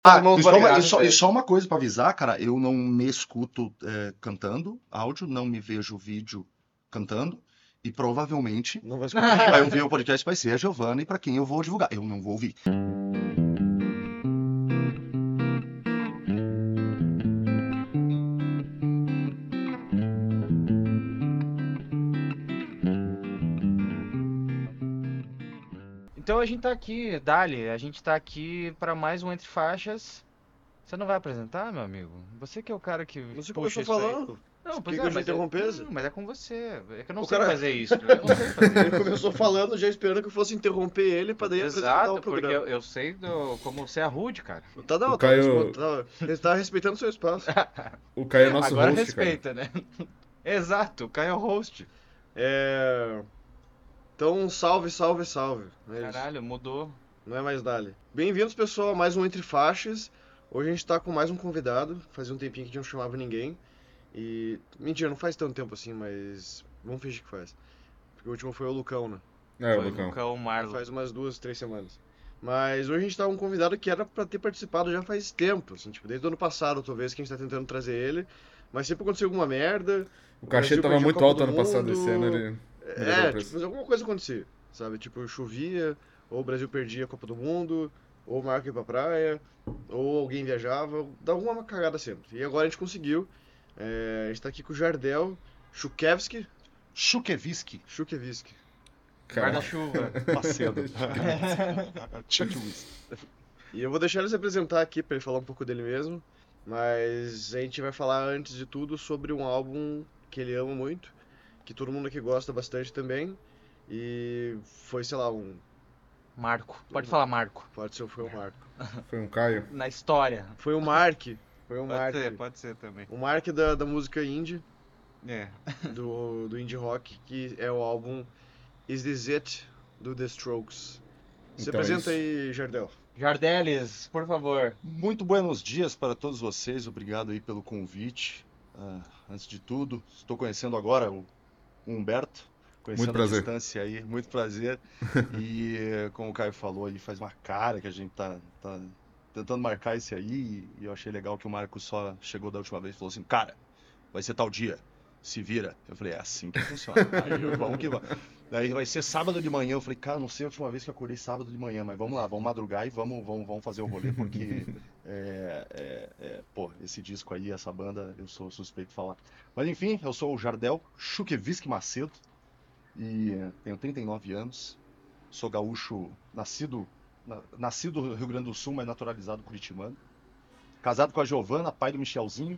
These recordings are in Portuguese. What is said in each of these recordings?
As Ah, mãos e só, bateadas, e só uma coisa pra avisar, cara, eu não me escuto cantando áudio, não me vejo vídeo cantando, e provavelmente Não vai quem escutar. vai ouvir o podcast vai ser a Giovana e pra quem eu vou divulgar. Eu não vou ouvir. Então a gente tá aqui, Dali, a gente tá aqui pra mais um Entre Faixas. Você não vai apresentar, meu amigo? Você que é o cara que Você puxa começou isso aí. falando. Não, Por pois que é, eu já mas é, interromper? não, mas é com você. É que eu não O sei cara- fazer isso. Eu não sei fazer Ele isso. começou falando, já esperando que eu fosse interromper ele pra daí apresentar o Exato, porque programa. eu sei como você é rude, cara. Tá, não, O Caio- ele tá respeitando o seu espaço. O Caio é nosso Agora host, respeita, né? Exato, o Caio é o host. Então, salve, salve, salve. É isso. Caralho, mudou. Não é mais Dali. Bem-vindos, pessoal, a mais um Entre Faixas. Hoje a gente tá com mais um convidado. Fazia um tempinho que a gente não chamava ninguém. E. Mentira, não faz tanto tempo assim, mas. Vamos fingir que faz. Porque o último foi o Lucão, né? É, o Foi Lucão. o Lucão Marlon. Faz umas 2, 3 semanas. Mas hoje a gente tá com um convidado que era pra ter participado já faz tempo, assim, tipo, desde o ano passado, talvez, que a gente tá tentando trazer ele. Mas sempre aconteceu alguma merda. O cachê Brasil tava perdia a muito Copa alto do ano passado, Mundo. esse ano ele melhorou o Tipo, preço. mas alguma coisa acontecia, sabe? Tipo, chovia, ou o Brasil perdia a Copa do Mundo, ou o Marco ia pra praia, ou alguém viajava, dava alguma cagada sempre. E agora a gente conseguiu. A gente tá aqui com o Jardel Chukevski. Chukevski. Cara, Guarda-chuva. Macedo. Chukevski. E eu vou deixar ele se apresentar aqui pra ele falar um pouco dele mesmo. Mas a gente vai falar antes de tudo sobre um álbum que ele ama muito, que todo mundo aqui gosta bastante também. E foi, sei lá, Marco. Pode falar Marco. pode ser, foi o Marco. foi um Caio. Na história. Foi o Mark. Foi o Pode Mark. ser, pode ser também. O Mark da música indie, É. do indie rock, que é o álbum Is This It, do The Strokes. Se Então é apresenta isso. aí, Jardel. Jardeles, por favor. Muito buenos dias para todos vocês, obrigado aí pelo convite. Antes de tudo, estou conhecendo agora o Humberto, conhecendo Muito prazer. a distância aí, muito prazer. E como o Caio falou aí, faz uma cara que a gente tá tentando marcar esse aí, e eu achei legal que o Marcos só chegou da última vez e falou assim, cara, vai ser tal dia, se vira. Eu falei, é assim que funciona. Aí, vamos que vamos. Daí vai ser sábado de manhã. Eu falei, cara, não sei a última vez que eu acordei sábado de manhã, mas vamos lá, vamos madrugar e vamos fazer o rolê, porque, pô, esse disco aí, essa banda, eu sou suspeito de falar. Mas enfim, eu sou o Jardel Chukevski Macedo e tenho 39 anos, sou gaúcho, nascido no Rio Grande do Sul, mas naturalizado curitibano. Casado com a Giovana, pai do Michelzinho.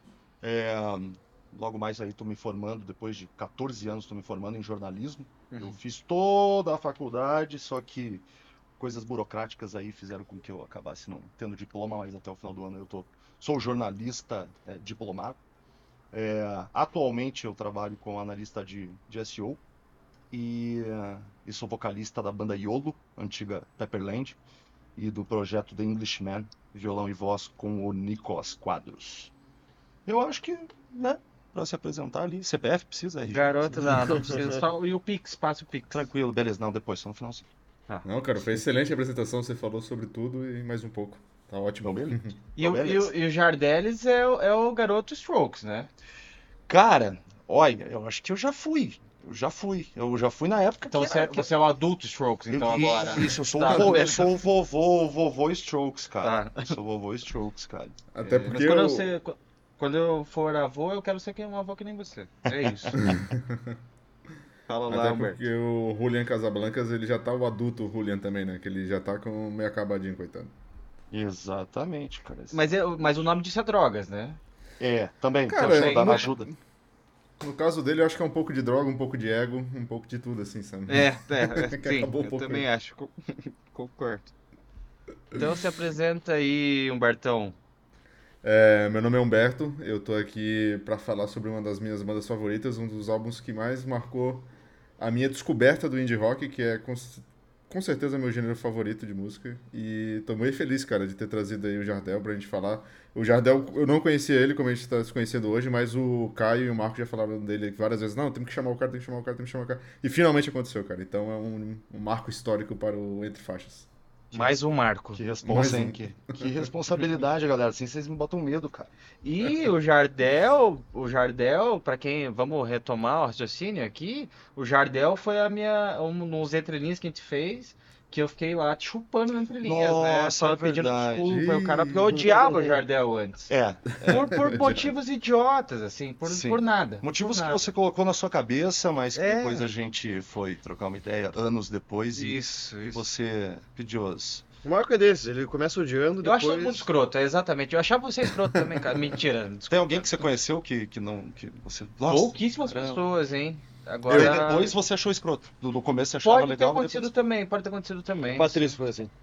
Logo mais aí estou me formando, depois de 14 anos estou me formando em jornalismo. Eu fiz toda a faculdade, só que coisas burocráticas aí fizeram com que eu acabasse não tendo diploma, mas até o final do ano eu sou jornalista diplomado. Atualmente eu trabalho como analista de SEO e sou vocalista da banda Iolo, antiga Pepperland, e do projeto The Englishman, violão e voz com o Nicolas Quadros. Eu acho que, né? Pra se apresentar ali. CPF precisa? RG? Garoto, não precisa. Só, e o Pix, passa o Pix. Tranquilo, beleza. Não, depois, só no finalzinho. Não, cara, foi excelente a apresentação, você falou sobre tudo e mais um pouco. Tá ótimo. Então, beleza. E o Jardeles é o garoto Strokes, né? Cara, olha, eu acho que eu já fui. Eu já fui na época Então que você é o adulto Strokes, então agora. Isso, eu sou Tá. o vovô Strokes, cara. Tá. Eu sou o vovô Strokes, cara. Até Mas porque quando eu for avô, eu quero ser um avô que nem você. É isso. Fala lá, Até Humberto. porque o Julian Casablancas, ele já tá o adulto Julian também, né? Que ele já tá com meio acabadinho, coitado. Exatamente, cara. Mas o nome disso é drogas, né? Também, Cara, ajuda. No caso dele, eu acho que é um pouco de droga, um pouco de ego, um pouco de tudo, assim, sabe? Que sim, acabou um eu pouco também aí. acho. Concordo. Então se apresenta aí, Humbertão. Meu nome é Humberto, eu tô aqui pra falar sobre uma das minhas bandas favoritas, um dos álbuns que mais marcou a minha descoberta do indie rock, que é com certeza meu gênero favorito de música. E tô muito feliz, cara, de ter trazido aí o Jardel pra gente falar. O Jardel, eu não conhecia ele como a gente tá se conhecendo hoje, mas o Caio e o Marco já falaram dele várias vezes. Não, temos que chamar o cara, temos que chamar o cara. E finalmente aconteceu, cara. Então é um marco histórico para o Entre Faixas. Mais um marco. Que responsa, Mais hein? Que responsabilidade, galera. Assim vocês me botam medo, cara. E o Jardel, pra quem, vamos retomar o raciocínio aqui, o Jardel foi nos entrelinhas que a gente fez, que eu fiquei lá te chupando nas entrelinhas, né? Nossa, Só é pedindo verdade. desculpa, o cara, porque eu odiava o Jardel antes. Por motivos idiotas, assim, Sim. por nada. Motivos por que nada. você colocou na sua cabeça, mas que É. depois a gente foi trocar uma ideia anos depois e Isso. você pediu as... O Marco é desses, ele começa odiando, Eu acho todo depois... mundo escroto, exatamente. Eu achava você escroto também, cara. Mentira. Desculpa. Tem alguém que você conheceu que não... que você... Nossa, Pouquíssimas caramba. pessoas, hein? E Agora. depois você achou escroto. No começo você achava Pode ter legal, e acontecido depois... também, pode ter acontecido também. Patrício foi assim.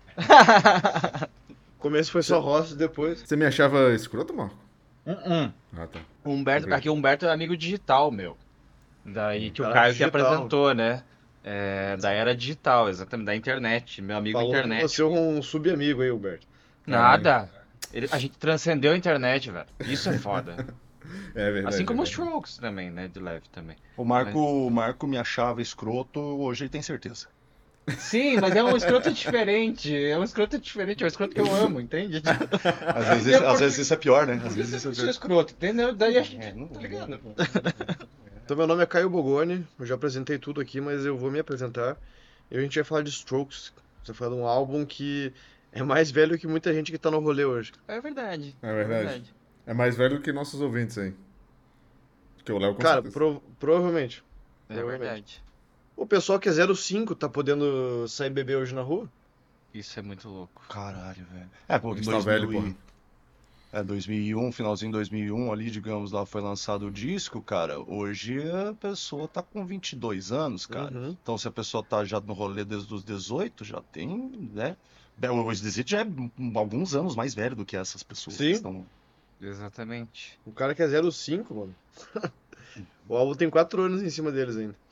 O começo foi só roça, depois... Você me achava escroto, Marco? Uh-uh. Ah, tá. Humberto, Ok. aqui o Humberto é amigo digital, meu. Daí que o Cara Caio que digital. apresentou, né? É, da era digital, exatamente, da internet, meu amigo Falou internet. você é um subamigo aí, Humberto. Nada. A gente transcendeu a internet, velho. Isso é foda. É verdade. Assim como é os verdade. Strokes também, né? De leve também. O Marco me achava escroto, hoje ele tem certeza. Sim, mas é um escroto diferente. É um escroto diferente, é um escroto que eu amo, entende? Às vezes isso é pior, né? Às vezes isso é Eu sou pior. escroto, entendeu? Daí a gente. não- Tá ligado? Então, meu nome é Caio Bogoni, eu já apresentei tudo aqui, mas eu vou me apresentar. E a gente vai falar de Strokes. Você vai falar de um álbum que é mais velho que muita gente que tá no rolê hoje. É verdade. É verdade. É mais velho do que nossos ouvintes aí. Que o Léo com Cara, certeza. provavelmente. É verdade. O pessoal que é 05 tá podendo sair beber hoje na rua? Isso é muito louco. Caralho, velho. É, pô, Está velho, porra. 2001, finalzinho de 2001 ali, digamos, lá foi lançado o disco, cara. Hoje a pessoa tá com 22 anos, cara. Uhum. Então se a pessoa tá já no rolê desde os 18, já tem, né? O Exit já é alguns anos mais velho do que essas pessoas. Sim. Que estão... Exatamente. O cara que é 05, mano. O álbum tem 4 anos em cima deles ainda.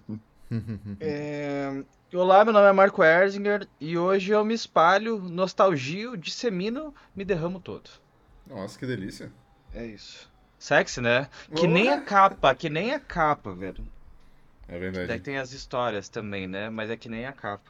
Olá, meu nome é Marco Erzinger e hoje eu me espalho, nostalgio, dissemino, me derramo todo. Nossa, que delícia. É isso. Sexy, né? Que nem a capa, velho. É Daí verdade. tem as histórias também, né? Mas é que nem a capa.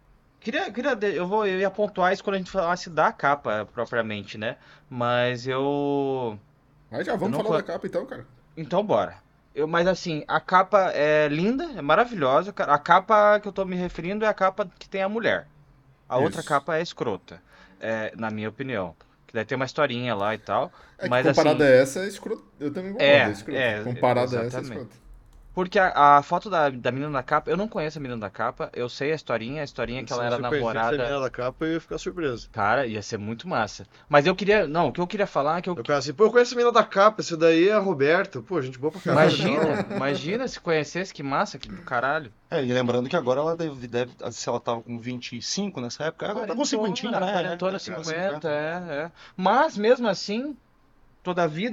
Eu ia pontuar isso quando a gente falasse da capa propriamente, né? Mas eu. Mas já Eu vamos não falar co- da capa então, cara. Então bora. Mas assim, a capa é linda, é maravilhosa, cara. A capa que eu tô me referindo é a capa que tem a mulher. A outra Isso. capa é escrota, na minha opinião. Que deve ter uma historinha lá e tal. É que Mas comparada assim, a essa, é escroto. Eu também concordo, É, é escroto. é, Comparada a essa, é exatamente. escroto. porque a foto da menina da capa, eu não conheço a menina da capa, eu sei a historinha que ela era Se você conhecesse a namorada. menina da capa, eu ia ficar surpreso. Cara, ia ser muito massa. Mas eu queria. Não, o que eu queria falar é que eu. Eu penso assim, pô, eu conheço a menina da capa, esse daí é a Roberta. Pô, gente boa pra caralho. Imagina se conhecesse, que massa, que do caralho. É, e lembrando que agora ela deve se ela tava com 25 nessa época, agora tá com 50, né? Quarentona, 50, é. Mas mesmo assim, todavia,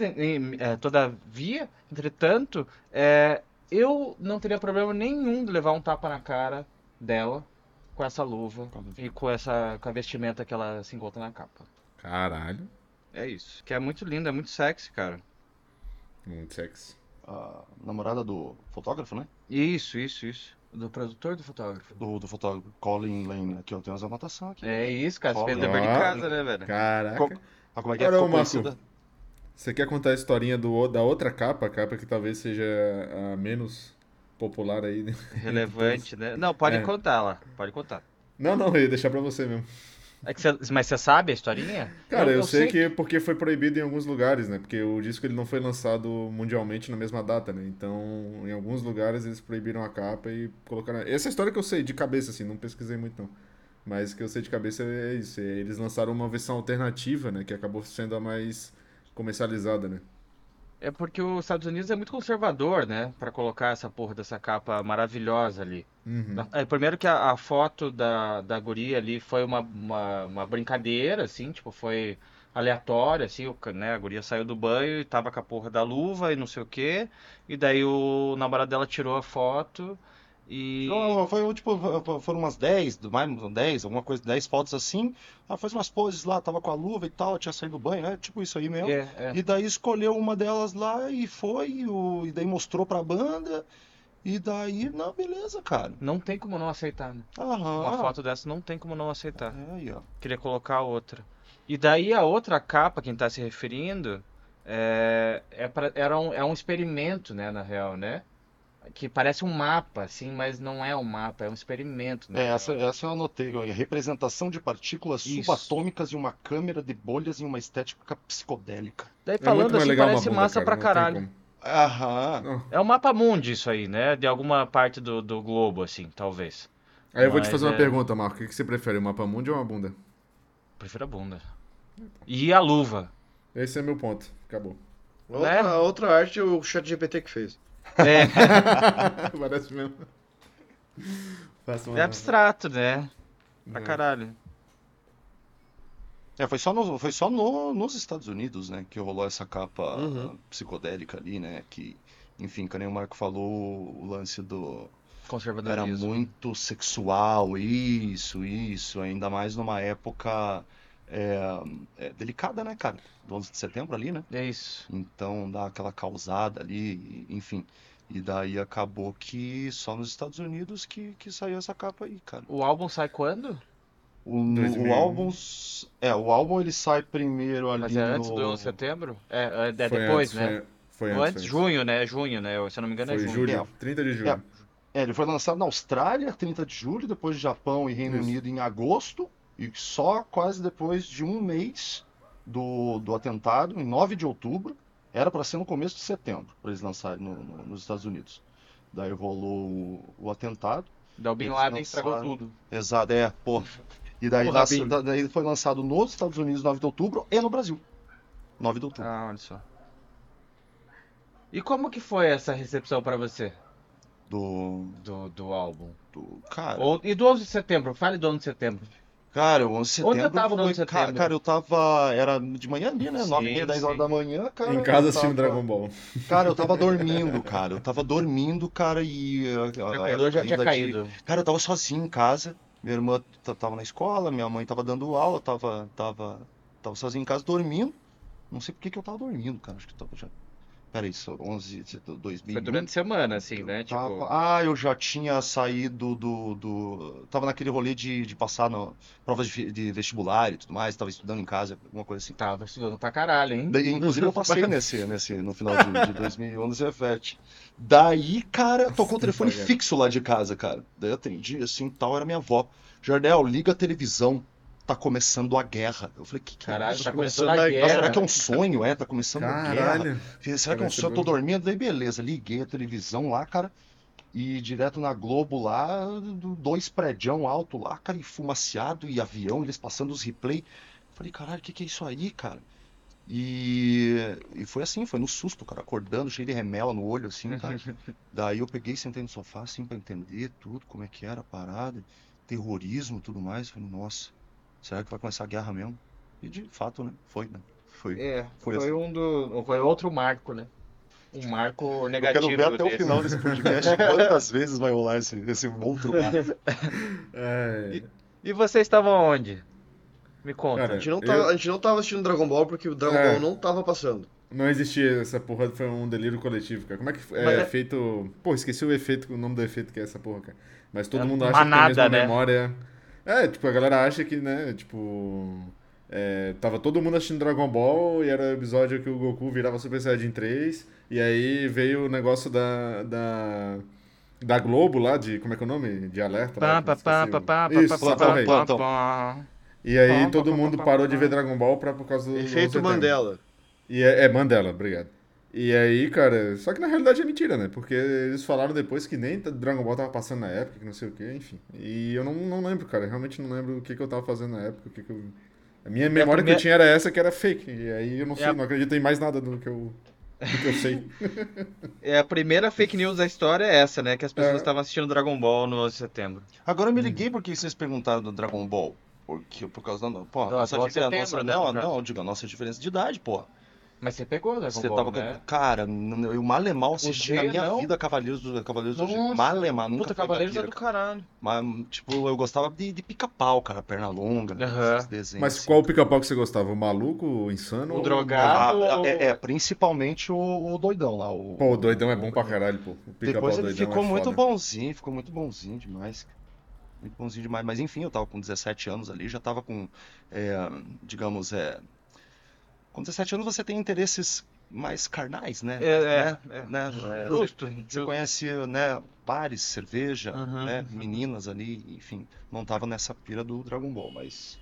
entretanto, eu não teria problema nenhum de levar um tapa na cara dela com essa luva e com a vestimenta que ela se encontra na capa. Caralho. É isso. Que é muito lindo, é muito sexy, cara. Muito sexy. A namorada do fotógrafo, né? Isso. Do produtor do fotógrafo. Do fotógrafo Colin Lane. Aqui, ó, tem umas anotações aqui. É isso, cara. Você Foda. fez dever de casa, né, velho? Caraca. Como é que é? Agora, Ficou ô, Marco, conhecida? Você quer contar a historinha da outra capa? A capa que talvez seja a menos popular aí, né? Relevante, né? Não, pode É. contar lá. Pode contar. Não, eu ia deixar pra você mesmo. Mas você sabe a historinha? Cara, eu sei que porque foi proibido em alguns lugares, né? Porque o disco ele não foi lançado mundialmente na mesma data, né? Então, em alguns lugares eles proibiram a capa e colocaram. Essa é a história que eu sei de cabeça, assim, não pesquisei muito não. Mas o que eu sei de cabeça é isso. Eles lançaram uma versão alternativa, né? Que acabou sendo a mais comercializada, né? É porque os Estados Unidos é muito conservador, né? Pra colocar essa porra dessa capa maravilhosa ali. Uhum. Primeiro que a foto da guria ali foi uma brincadeira, assim, tipo, foi aleatória, assim, né? A guria saiu do banho e tava com a porra da luva e não sei o quê. E daí o namorado dela tirou a foto e. Não, foi tipo, foram umas 10, alguma coisa, 10 fotos assim. Ela fez umas poses lá, tava com a luva e tal, tinha saído do banho, é tipo isso aí mesmo. É. E daí escolheu uma delas lá e foi, e daí mostrou pra banda. E daí, não, beleza, cara. Não tem como não aceitar, né? Aham. Uma foto dessa não tem como não aceitar. É aí, ó. Queria colocar outra. E daí a outra capa, quem tá se referindo, é um experimento, né, na real, né? Que parece um mapa, assim, mas não é um mapa, é um experimento, na real. Essa eu anotei. Ó, representação de partículas Isso. subatômicas em uma câmera de bolhas em uma estética psicodélica. Daí É muito falando mais assim, legal uma parece bunda, massa cara, pra não tem caralho. como. Aham. Não. É um mapa mundi isso aí, né? De alguma parte do globo, assim, talvez. Aí eu vou te Mas fazer uma é- pergunta, Marco. O que você prefere, um mapa mundi ou uma bunda? Prefiro a bunda. E a luva. Esse é meu ponto. Acabou. A outra arte é o ChatGPT que fez. É, Parece mesmo. Faça é uma... abstrato, né? Pra É. caralho. Foi só nos Estados Unidos, né, que rolou essa capa psicodélica ali, né, que, enfim, que nem o Marco falou, o lance do... Era Conservadorismo. muito sexual, isso, ainda mais numa época delicada, né, cara, do 11 de setembro ali, né, É isso. então dá aquela causada ali, enfim, e daí acabou que só nos Estados Unidos que saiu essa capa aí, cara. O álbum sai quando? O 2001. álbum ele sai primeiro ali Mas é antes no... do 11 de setembro? É Foi depois, antes, né? Foi Ou antes. antes, foi antes. junho, né? Junho, né? Se eu não me engano é Foi junho. julho. 30 de julho. Ele foi lançado na Austrália, 30 de julho, depois Japão e Reino Isso. Unido em agosto, e só quase depois de um mês do atentado, em 9 de outubro, era para ser no começo de setembro, para eles lançarem nos Estados Unidos. Daí rolou o atentado. Da Bin Eles Laden estragou lançaram- tudo. Exato, pô. E daí, Porra, Bin. daí foi lançado nos Estados Unidos 9 de outubro e no Brasil. 9 de outubro. Ah, olha só. E como que foi essa recepção pra você do álbum? Cara, E do 11 de setembro? Fale do 11 de setembro. Cara, o 11 de setembro Onde eu tava no 11 de foi... setembro? Cara, eu era de manhã ali, né? 9h30, 10 horas sim. da manhã, cara. Em casa eu assistindo tava- Dragon Ball. Cara, eu tava dormindo, cara. Eu tava dormindo, cara, e... O computador já tinha ainda caído. Cara, eu tava sozinho em casa. Minha irmã tava na escola, minha mãe tava dando aula, tava sozinho em casa dormindo. Não sei por que eu tava dormindo, cara. Acho que eu tava já... Peraí, isso, 11 de 2000. Foi durante a semana, assim, né? Tipo, Eu já tinha saído Tava naquele rolê de passar na provas de vestibular e tudo mais, tava estudando em casa, alguma coisa assim. tava estudando pra caralho, hein? Daí, inclusive eu passei no final de 2011, Cefet. Daí, cara, tocou o telefone Pagar. fixo lá de casa, cara. Daí eu atendi, assim, tal, era minha avó. Jardel, liga a televisão, tá começando a guerra. Eu falei, que é Caralho, isso? tá começando começando a a Ah, guerra. será guerra. que é um sonho? Tá começando a guerra. Caralho. Será que é um sonho? Eu tô dormindo? Daí beleza, liguei a televisão lá, cara. E direto na Globo lá, 2 prédios alto lá, cara, e fumaciado, e avião, eles passando os replay. Falei, caralho, o que é isso aí, cara? E foi assim, foi no susto, cara, acordando, cheio de remela no olho, assim, cara. Daí eu peguei, sentei no sofá, assim, pra entender tudo, como é que era a parada, terrorismo e tudo mais. Falei, nossa, será que vai começar a guerra mesmo? E de fato, né? Foi, né? Foi. Foi assim. Foi outro marco, né? Um marco Eu negativo quero ver até o desse. final desse podcast quantas vezes vai rolar esse outro marco. É. E vocês estavam onde? Me conta. Cara, A gente não tava assistindo Dragon Ball porque o Dragon Ball não tava passando. Não existia essa porra, foi um delírio coletivo, cara. Como é que Mas é é- feito. Pô, esqueci o efeito, o nome do efeito que é essa porra, cara. Mas todo É mundo acha que tem a manada, mesma né? memória. É, tipo, a galera acha que, né, tipo. Tava todo mundo assistindo Dragon Ball e era o episódio que o Goku virava Super Saiyajin 3. E aí veio o negócio da Globo lá, de. Como é que é o nome? De alerta lá. Pá, pá, esqueci pá, o- pá, Isso, pá, essa pá, porra aí. pá, Plantão. pá. E aí Pá, todo pá, mundo pá, parou pá, de pá. ver Dragon Ball por causa do 11 de Efeito setembro. Mandela. E é Mandela, obrigado. E aí, cara, só que na realidade é mentira, né? Porque eles falaram depois que nem Dragon Ball tava passando na época, que não sei o que, enfim. E eu não lembro, cara, realmente não lembro o que eu tava fazendo na época, A minha memória que eu tinha era essa, que era fake. E aí eu não sei, não acredito em mais nada do que eu sei. É, a primeira fake news da história é essa, né? Que as pessoas É. estavam assistindo Dragon Ball no 11 de setembro. Agora eu me liguei porque vocês perguntaram do Dragon Ball. Por causa da. Porra, Do nossa 11 de diferença. setembro, né? Não, diga, a nossa diferença de idade, porra. Mas você pegou Dragon Você Ball, tava né? com. Cara, eu Malemal assisti na G, minha não? vida Cavaleiros do G. Nossa, Malemar, nunca puta, foi Cavaleiros da é pira, do cara. caralho. Mas, tipo, eu gostava de Pica-Pau, cara, Pernalonga, né? Aham. Esses desenhos Mas assim, qual cara. pica-pau que você gostava? O maluco, o insano O ou drogado. bonzinho? Principalmente o doidão lá. Pô, o doidão é bom pra caralho, pô. O pica-pau Depois ele doidão ficou é muito foda. bonzinho, demais. Muito bonzinho demais. Mas enfim, eu tava com 17 anos ali, já tava com, é, digamos, com 17 anos você tem interesses mais carnais, né? Justo, Você justo. conhece, né, bares, cerveja, Uhum. né, meninas ali, enfim. Não tava nessa pira do Dragon Ball, mas,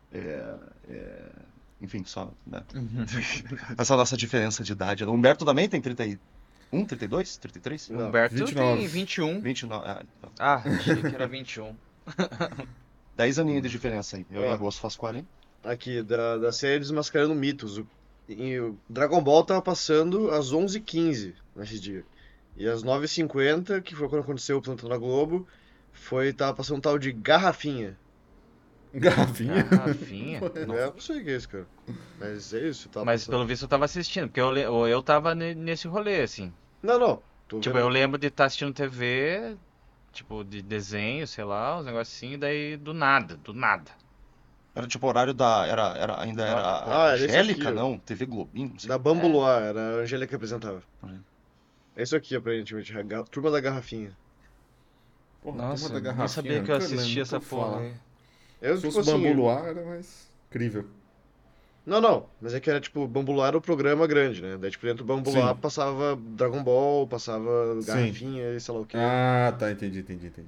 enfim, só, né? Essa nossa diferença de idade. O Humberto também tem 31, 32, 33? Não. Humberto 29. tem 21. 29, então. Ah, achei que era 21. 10 aninhos de diferença aí. Eu em Ó. agosto faço 40. Aqui, da série Desmascarando Mitos. O Dragon Ball tava passando às 11h15 nesse dia. E às 9h50, que foi quando aconteceu o plantão da Globo, tava passando um tal de Garrafinha. Garrafinha? Garrafinha. Eu não sei o que é isso, cara. Mas é isso, tava Mas passando. pelo visto eu tava assistindo, porque eu tava nesse rolê, assim. Não. Tô Tipo, vendo. eu lembro de estar assistindo TV, tipo, de desenho, sei lá, uns negócios assim, e daí do nada. Era tipo horário da. Ainda era Ah, era esse Angélica, aqui, ó. não? TV Globinho, não sei. Da Bambu Luar, era a Angélica que apresentava. É. É isso aqui, aparentemente, Turma da Garrafinha. Porra, Nossa, turma da nem garrafinha. sabia que eu nunca assistia lembro, essa nunca porra fala. aí. Eu, Se tipo fosse assim. Bambu Luar, era mais incrível. Não, mas é que era tipo, Bambu Luar era o programa grande, né? Daí, tipo, dentro do Bambu Luar Sim. passava Dragon Ball, passava Sim. Garrafinha e sei lá o quê. Ah, tá, entendi.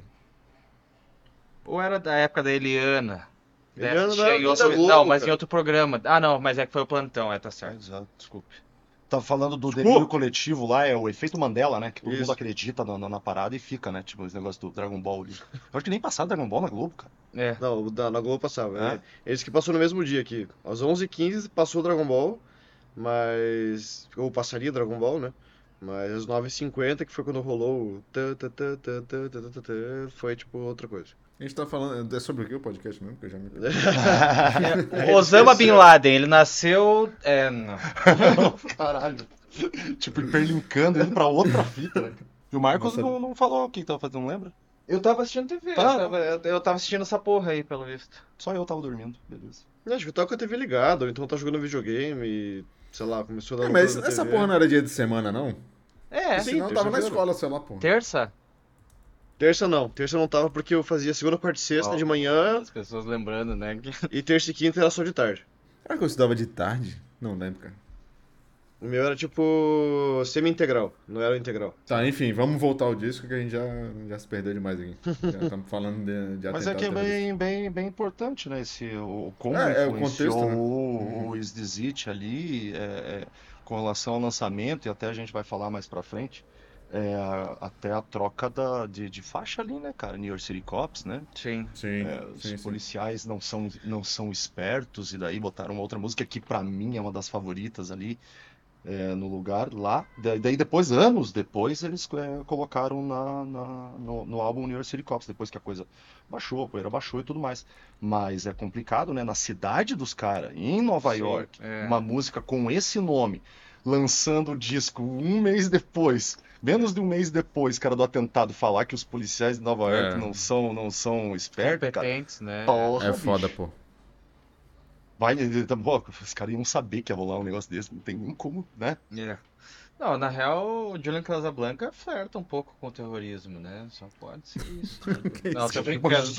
Ou era da época da Eliana. Daí Eliana assistia não era em nem outro... da Globo, Não, mas cara. em outro programa. Ah, não, mas é que foi o plantão, tá certo. Exato, desculpe. Tava falando do Desculpa. delírio coletivo lá, é o efeito Mandela, né? Que todo mundo Isso. acredita na parada e fica, né? Tipo, esse negócio do Dragon Ball ali. Eu acho que nem passaram Dragon Ball na Globo, cara. É. Não, na Globo passava. É? Eles que passou no mesmo dia aqui. Às 11h15 passou Dragon Ball, mas. Ou passaria Dragon Ball, né? Mas às 9h50, que foi quando rolou o. Foi tipo outra coisa. A gente tá falando. É sobre o que o podcast mesmo? Que eu já me perdi. Osama Bin Laden, ele nasceu. Não. Caralho. Tipo, hiperlinkando, indo pra outra fita, né? E o Marcos Nossa. não falou o que tava fazendo, não lembra? Eu tava assistindo TV, Tá. eu tava assistindo essa porra aí, pelo visto. Só eu tava dormindo, beleza. Acho que tava com a TV ligada, ou então tá jogando videogame e. Sei lá, começou a dar Mas loucura na essa TV. porra não era dia de semana, não? É, Sim, Senão eu tava na terça-feira. escola, sei lá, porra. terça? Terça não tava porque eu fazia segunda, quarta e sexta de manhã, As pessoas lembrando, né? e terça e quinta era só de tarde. Será que eu estudava de tarde? Não lembro, cara. O meu era tipo semi-integral, não era o integral. Tá, enfim, vamos voltar ao disco que a gente já se perdeu demais aqui. Já estamos falando de Mas é atentado que é terrorista. bem importante, né? Como É o influenciou contexto, né? o Exit ali, com relação ao lançamento, e até a gente vai falar mais pra frente, até a troca de faixa ali, né, cara? New York City Cops, né? Sim. Sim, Os sim. policiais não são espertos, e daí botaram uma outra música que pra mim é uma das favoritas ali. No lugar lá. Daí depois, anos depois, eles colocaram no álbum New York City Cops, depois que a coisa baixou, a poeira baixou e tudo mais. Mas é complicado, né? Na cidade dos caras, em Nova Sim, York, é. uma música com esse nome, lançando o disco um mês depois, menos de um mês depois, cara, do atentado, falar que os policiais de Nova York não são espertos, cara. Competentes, né? Porra, É foda, bicho. pô. Pô, os caras iam saber que ia rolar um negócio desse, não tem nem como, né? É. Não, na real, o Julian Casablanca flerta um pouco com o terrorismo, né? Só pode ser isso. Que Não, isso? tô brincando.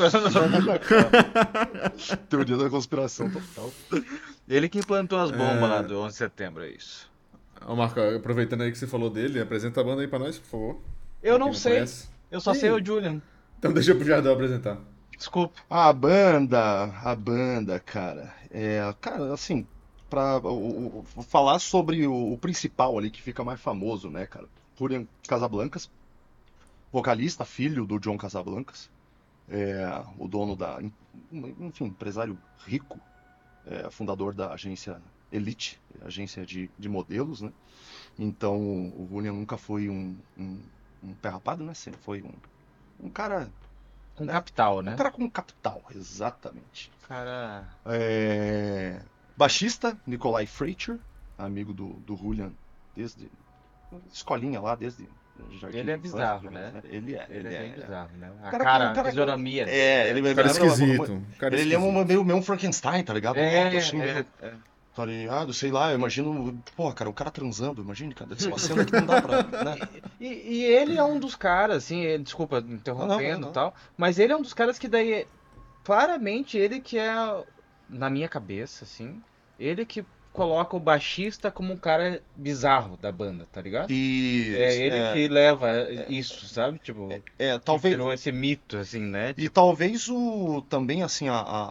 Teoria da conspiração total. Ele que implantou as bombas lá do 11 de setembro, é isso. Ô, Marco, aproveitando aí que você falou dele, apresenta a banda aí pra nós, por favor. Eu Pra não quem sei. conhece. Eu só Ih. sei o Julian. Então deixa pro Jardel apresentar. Desculpa. A banda, cara. Cara, assim, vou falar sobre o principal ali, que fica mais famoso, né, cara? Julian Casablancas, vocalista, filho do John Casablancas, o dono enfim, empresário rico, fundador da agência Elite, agência de modelos, né? Então, o Julian nunca foi um pé rapado, né? Sempre foi um cara, Com capital, né? um cara com capital, exatamente. Cara. Baixista, Nikolai Freicher. amigo do Julian desde escolinha lá, desde jardim Ele é de infância, bizarro, né? Ele é, Ele é bem bizarro, né? A Cara, cara, a cara, fisionomia dele. ele me Cara lembra esquisito. Cara ele é esquisito. meio um Frankenstein, tá ligado? É, Assim, é, meio, é. tá ligado? Sei lá, eu imagino, pô, cara, o cara transando, imagine, cara, deve ser uma cena que não dá pra, né? E ele é um dos caras, assim, desculpa Não, interrompendo e não. tal, mas ele é um dos caras que daí, claramente, ele que é, na minha cabeça, assim, ele que coloca o baixista como um cara bizarro da banda, tá ligado? É E ele que leva isso, sabe? Tipo, que talvez. virou esse mito, assim, né? E Tipo, talvez também assim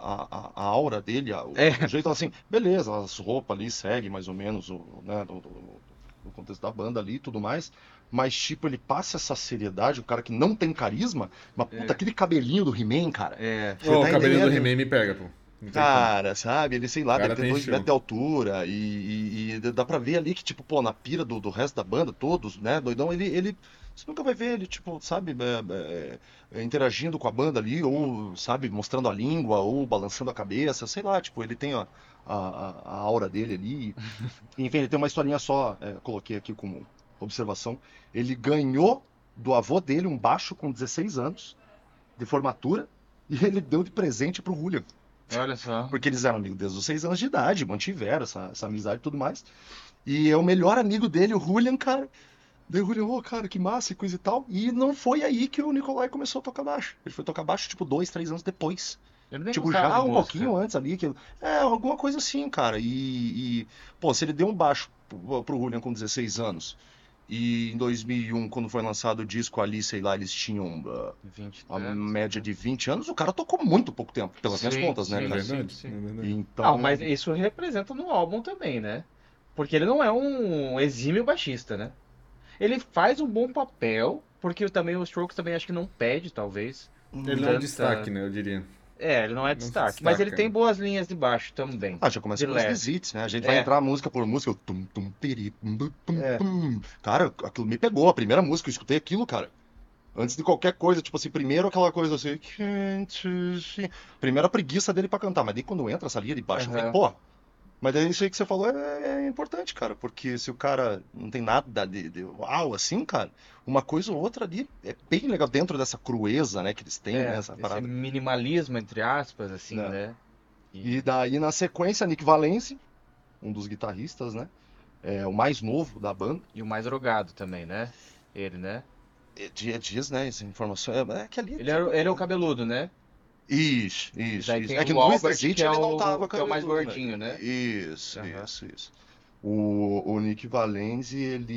a aura dele, o é, jeito assim, beleza, as roupas ali seguem mais ou menos né, no contexto da banda ali e tudo mais, mas tipo, ele passa essa seriedade, o cara que não tem carisma, mas puta, aquele cabelinho do He-Man, cara. é. Você Ô, tá o cabelinho do entendendo? He-Man me pega, pô. Não tem como. Cara, sabe? Ele, sei O lá, deve cara ter tem 2 metros estilo. de altura e dá pra ver ali que, tipo, pô, na pira do resto da banda, todos, né, doidão, você nunca vai ver ele, tipo, sabe, interagindo com a banda ali, ou, sabe, mostrando a língua, ou balançando a cabeça, sei lá, tipo, ele tem a aura dele ali. Enfim, ele tem uma historinha só, coloquei aqui como observação. Ele ganhou do avô dele um baixo com 16 anos, de formatura, e ele deu de presente pro Julian. Olha só. Porque eles eram amigos desde os 6 anos de idade, mantiveram essa amizade e tudo mais. E é o melhor amigo dele, o Julian, cara. Daí o Julian, ô, cara, que massa e coisa e tal. E não foi aí que o Nicolai começou a tocar baixo. Ele foi tocar baixo, tipo, 2, 3 anos depois. Ele nem Tipo, gostava já de um música. pouquinho antes ali. Alguma coisa assim, cara. Pô, se ele deu um baixo pro Julian com 16 anos, e em 2001, quando foi lançado o disco ali, sei lá, eles tinham 20 uma anos. média de 20 anos, o cara tocou muito pouco tempo, pelas minhas Sim, contas, né, sim, É cara? verdade, sim. é verdade. Então, Não, mas isso representa no álbum também, né? Porque ele não é um exímio baixista, né? Ele faz um bom papel, porque também o Strokes também acho que não pede, talvez, Ele não é um destaque, tanta. né, eu diria. É, ele não é Não se destaque. Mas ele destaca. tem boas linhas de baixo também. já começa De com os leve. visites, né? A gente vai É. entrar música por música, tum, tum, peri, pum, pum, É. pum. Cara, aquilo me pegou, a primeira música, eu escutei aquilo, cara. Antes de qualquer coisa, tipo assim, primeiro aquela coisa assim, primeira preguiça dele pra cantar, mas daí quando entra essa linha de baixo, eu falei, Aham. pô, mas daí isso aí que você falou é importante, cara, porque se o cara não tem nada de uau, assim, cara, uma coisa ou outra ali é bem legal dentro dessa crueza, né, que eles têm, né, É, essa esse parada. minimalismo, entre aspas, assim, Né? né? E daí na sequência, Nick Valence, um dos guitarristas, né, o mais novo da banda, E o mais drogado também, né? Ele, né? diz, né, essa informação, é que ali, Ele é o cabeludo, né? Isso, E isso, daí isso. tem É que o no Albert, Exit que é ele não tava que é o mais cabeludo, gordinho, né? Isso, Aham. isso. O Nick Valenzi,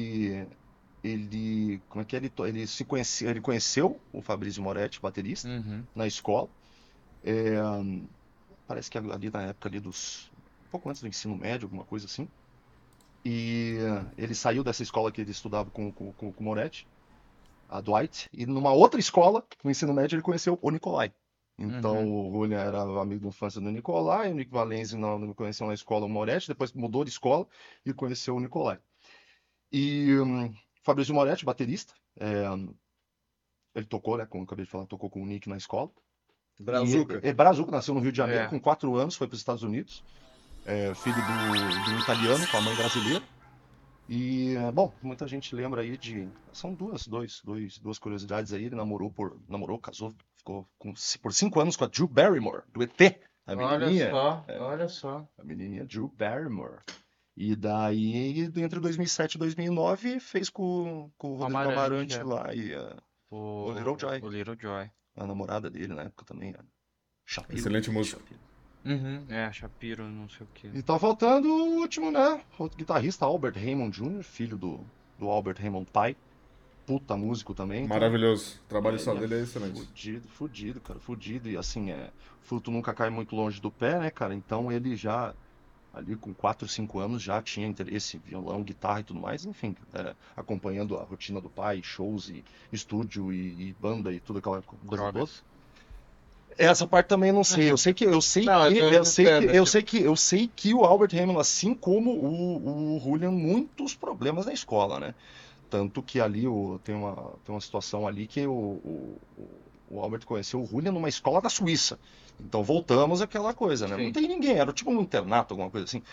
como é que é? Ele conheceu o Fabrício Moretti, baterista, Uhum. na escola. É, parece que ali na época ali um pouco antes do ensino médio, alguma coisa assim. E ele saiu dessa escola que ele estudava com o Moretti, a Dwight, e numa outra escola, no ensino médio, ele conheceu o Nicolai. Então, Uhum. o Julian era amigo de infância do Nicolai, o Nick Valenzi não conheceu na escola o Moretti, depois mudou de escola e conheceu o Nicolai. E Fabrício Moretti, baterista, ele tocou, né, como eu acabei de falar, tocou com o Nick na escola. Brazuca. Brazuca nasceu no Rio de Janeiro, É. com 4 anos, foi para os Estados Unidos, filho do italiano, com a mãe brasileira. E, bom, muita gente lembra aí são duas curiosidades aí. Ele namorou, casou, ficou por 5 anos com a Drew Barrymore, do ET, a Olha menininha, só, olha só. a menininha Drew Barrymore. E daí, entre 2007 e 2009, fez com o Rodrigo Amarante, Amarante lá e o Little Joy, O Little Joy. a namorada dele na época também, a Shapiro. Excelente música. Shapiro. Uhum. É, Shapiro, não sei o que. E tá faltando o último, né? O guitarrista Albert Hammond Jr., filho do Albert Hammond pai. Puta músico também. Cara. Maravilhoso. O trabalho Ele só dele é excelente. Fudido, cara, fudido. E assim, fruto nunca cai muito longe do pé, né, cara? Então ele já, ali com 4, 5 anos, já tinha interesse em violão, guitarra e tudo mais. Enfim, acompanhando a rotina do pai, shows e estúdio e banda e tudo aquela coisa toda. Drogas. Essa parte também não sei. Eu sei que Não, eu tô eu sei que o Albert Hammond, assim como o Julian, muitos problemas na escola, né? Tanto que ali tem uma situação ali que o Albert conheceu o Julian numa escola da Suíça. Então voltamos àquela coisa, né? Sim. Não tem ninguém, era tipo um internato, alguma coisa assim.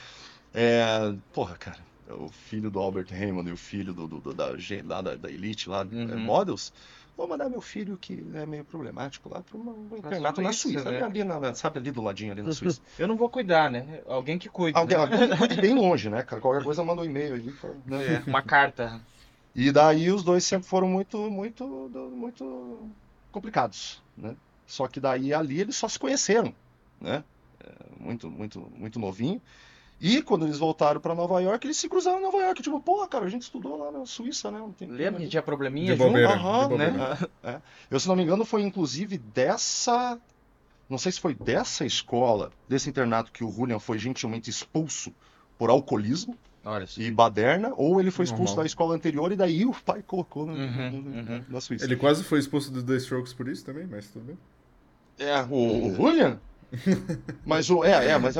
Porra, cara, o filho do Albert Hammond e o filho lá da Elite, lá, Uhum. Models, vou mandar meu filho, que é meio problemático, lá para um internato na Suíça, Suíça, né? sabe, ali do ladinho, ali na Suíça. Eu não vou cuidar, né? Alguém que cuide, né? Alguém que cuide bem longe, né, cara? Qualquer coisa manda um e-mail ali, né? Uma carta. E daí os dois sempre foram muito complicados, né? Só que daí ali eles só se conheceram, né? Muito novinho. E quando eles voltaram pra Nova York, eles se cruzaram em Nova York. Tipo, pô, cara, a gente estudou lá na Suíça, né? Um tempinho Lembra que ali. tinha De probleminha junto? bobeira, de Aham, né? bobeira. Eu, se não me engano, foi inclusive dessa. Não sei se foi dessa escola, desse internato, que o Julian foi gentilmente expulso por alcoolismo Olha só. e baderna, ou ele foi expulso Normal. da escola anterior e daí o pai colocou Uhum. na Suíça. Ele quase foi expulso do The Strokes por isso também, mas tudo bem. O Julian? Mas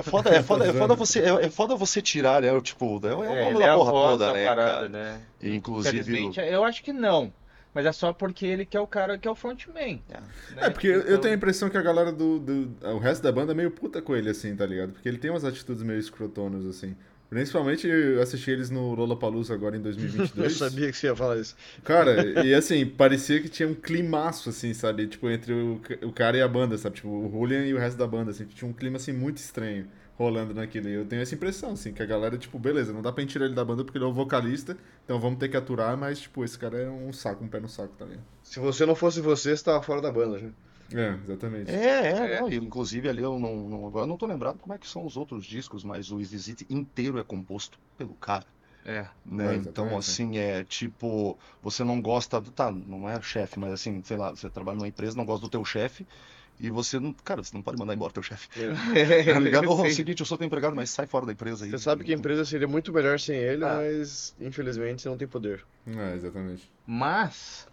é foda você tirar, né? Tipo, é o nome Ele da é a porra voz toda, da né, parada, cara? né? E, inclusive, Infelizmente, eu acho que não. Mas é só porque ele que é o cara que é o frontman. é. Né? Porque eu Então, tenho a impressão que a galera o resto da banda é meio puta com ele, assim, tá ligado? Porque ele tem umas atitudes meio escrotonas, assim. Principalmente eu assisti eles no Lollapalooza agora em Eu 2022. sabia que você ia falar isso. Cara, e assim, parecia que tinha um climaço, assim, sabe? Tipo, entre o cara e a banda, sabe? Tipo, o Julian e o resto da banda, assim. Tinha um clima, assim, muito estranho rolando naquilo. E eu tenho essa impressão, assim, que a galera, tipo, beleza, não dá pra gente tirar ele da banda porque ele é o vocalista, então vamos ter que aturar, mas, tipo, esse cara é um saco, um pé no saco, tá ligado? Se você não fosse você tava fora da banda já. Exatamente. É. Não, e, inclusive ali agora eu não tô lembrado como é que são os outros discos, mas o Visite inteiro é composto pelo cara, é. né? Exatamente, Então, assim, é tipo, você não gosta tá, não é chefe, mas assim, sei lá, você trabalha numa empresa, não gosta do teu chefe, e você não, cara, você não pode mandar embora teu chefe. Tá ligado? É o Sim. seguinte, eu sou teu empregado, mas sai fora da empresa aí. Você sabe que a empresa seria muito melhor sem ele, Ah. mas infelizmente você não tem poder. Exatamente. Mas,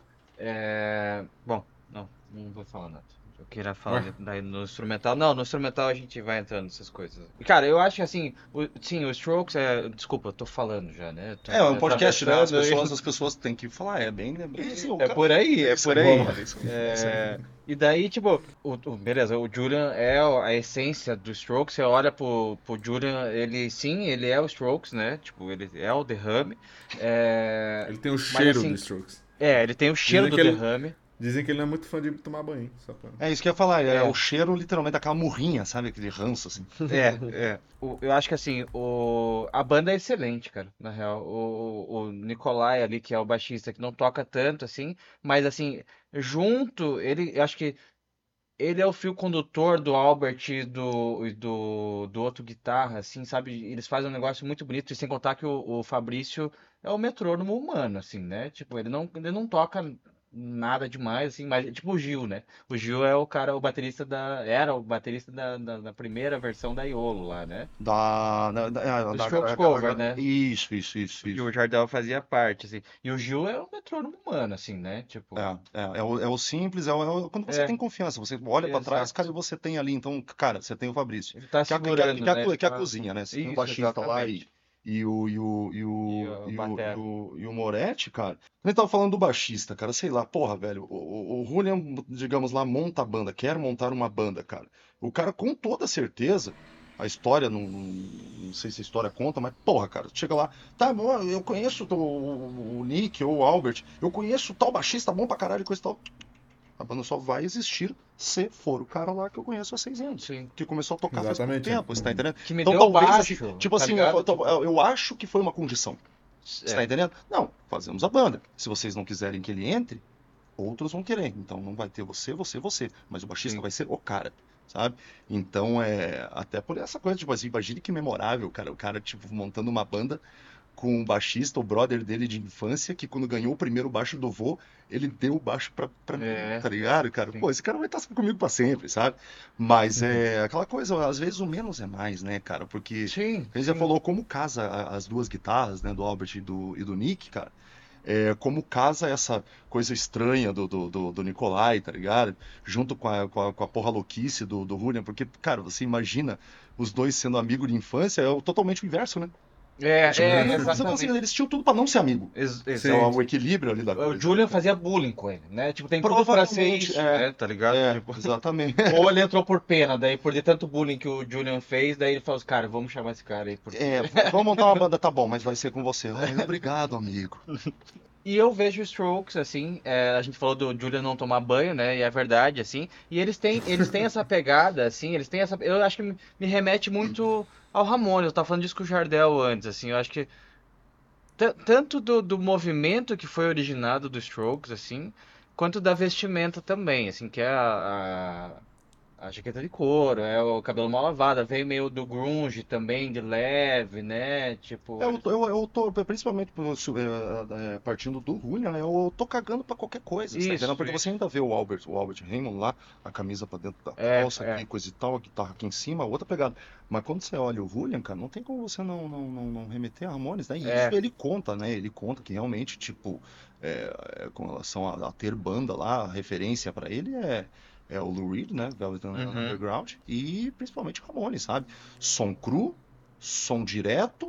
bom, não vou falar nada. Eu queria falar daí no instrumental. Não, no instrumental a gente vai entrando nessas coisas. Cara, eu acho que assim, sim, o Strokes desculpa, eu tô falando já, né? Eu tô É um podcast, né? As atravessando pessoas têm que falar, é bem assim, o É cara- por aí, é isso por aí, aí. cara, isso aí. E daí, tipo, beleza, o Julian é a essência do Strokes. Você olha pro Julian, ele é o Strokes, né? Tipo, ele é o Derrame. Ele tem o Mas cheiro assim, do Strokes. ele tem o cheiro do Derrame. Dizem que ele não é muito fã de tomar banho, só pra... É isso que eu ia falar, é É. o cheiro literalmente daquela murrinha, sabe? Aquele ranço, assim. Eu acho que assim, a banda é excelente, cara, na real. O Nikolai ali, que é o baixista, que não toca tanto, assim, mas assim, junto, eu acho que ele é o fio condutor do Albert e do outro guitarra, assim, sabe? Eles fazem um negócio muito bonito, e sem contar que o Fabrício é o metrônomo humano, assim, né? Tipo, ele não toca nada demais, assim, mas tipo o Gil, né? O Gil é o cara, era o baterista da primeira versão da Iolo lá, né? Do Strokes Cover, né? Isso. E o Jardel fazia parte, assim. E o Gil é o metrônomo humano, assim, né? Tipo, É o simples, quando você é, tem confiança, você olha pra trás, exato. cara, e você tem ali, então, cara, você tem o Fabrício, Ele tá segurando, né? que é a cozinha, né? Você tem o Isso, baixista lá exatamente. E o batera. e o Moretti, cara. A gente tava falando do baixista, cara, sei lá, porra, velho, o Julian, digamos lá, monta a banda, quer montar uma banda, cara. O cara, com toda certeza, a história, não sei se a história conta, mas porra, cara, chega lá, tá bom, eu conheço o Nick ou o Albert, eu conheço tal baixista bom pra caralho, coisa e tal. A banda só vai existir se for o cara lá que eu conheço há 6 anos. Sim. Que começou a tocar faz pouco Exatamente. tempo, você tá entendendo? Que me Então deu talvez, baixo, assim, tipo tá assim, ligado? eu acho que foi uma condição. Você tá É. entendendo? Não, fazemos a banda. Se vocês não quiserem que ele entre, outros vão querer. Então não vai ter você. Mas o baixista Sim. vai ser o cara, sabe? Então até por essa coisa, tipo assim, imagine que memorável, cara. O cara, tipo, montando uma banda com um baixista, o brother dele de infância, que quando ganhou o primeiro baixo do vô, ele deu o baixo pra mim, tá ligado, cara? Sim. Pô, esse cara vai estar comigo pra sempre, sabe? Mas é aquela coisa, às vezes o menos é mais, né, cara? Porque Sim, a gente já falou como casa as duas guitarras, né, do Albert e do Nick, cara. Como casa essa coisa estranha do Nikolai, tá ligado? Junto com a porra louquice do Julian, porque, cara, você imagina os dois sendo amigos de infância, totalmente o inverso, né? Você consegue, eles tinham tudo pra não ser amigo. Sim. O equilíbrio ali da O coisa. Julian fazia bullying com ele, né? Tipo, tem tudo pra ser Provavelmente, isso, né? Tá ligado? Tipo, exatamente. ou ele entrou por pena, daí por de tanto bullying que o Julian fez, daí ele falou assim, cara, vamos chamar esse cara aí. Porque... Vamos montar uma banda, tá bom, mas vai ser com você. Ai, obrigado, amigo. E eu vejo Strokes, assim, a gente falou do Julian não tomar banho, né? E é verdade, assim. E eles têm essa pegada, assim, eles têm essa. Eu acho que me remete muito ao Ramones. Eu tava falando disso com o Jardel antes, assim. Eu acho que tanto do movimento que foi originado do Strokes, assim, quanto da vestimenta também, assim, que é a jaqueta de couro, é o cabelo mal lavado, veio meio do grunge também, de leve, né? Tipo. Eu tô, principalmente partindo do Julian, né? Eu tô cagando pra qualquer coisa, tá entendendo? Porque você ainda vê o Albert Hammond lá, a camisa pra dentro da calça, aqui, coisa e tal, a guitarra aqui em cima, outra pegada. Mas quando você olha o Julian, cara, não tem como você não remeter a Ramones, né? E isso ele conta, né? Ele conta que realmente, tipo, com relação a ter banda lá, a referência pra ele é o Lou Reed, né? Velvet Underground. E principalmente Ramones, sabe? Som cru, som direto,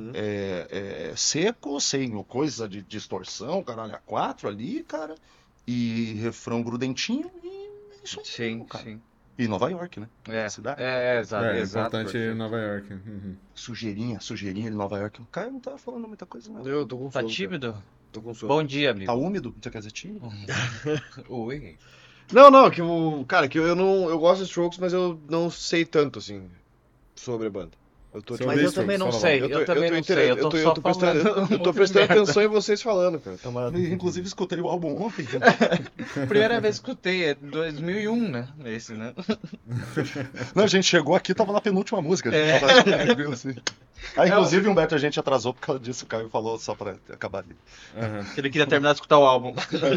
seco, sem coisa de distorção, caralho, a 4 ali, cara. E refrão grudentinho e isso aí. Sim, cara. sim. E Nova York, né? Cidade. Exato. É exato, importante perfeito. Nova York. Sujeirinha de Nova York. O Caio não tava falando muita coisa, não. Eu tô com Tá sono. tímido? Tô com sono. Bom dia, amigo. Tá úmido? Você quer dizer tímido? Oi. Não, que eu não, eu gosto de Strokes, mas eu não sei tanto assim sobre a banda. Mas eu também não sei. Eu também não sei. Eu tô só falando. Eu tô prestando atenção em vocês falando, cara. Inclusive escutei o álbum ontem. Primeira vez que escutei, é 2001, né? Esse, né? Não, a gente chegou aqui, tava na penúltima música. Assim. Inclusive, Humberto, a gente atrasou por causa disso. O Caio falou só pra acabar ali. Ele queria terminar de escutar o álbum.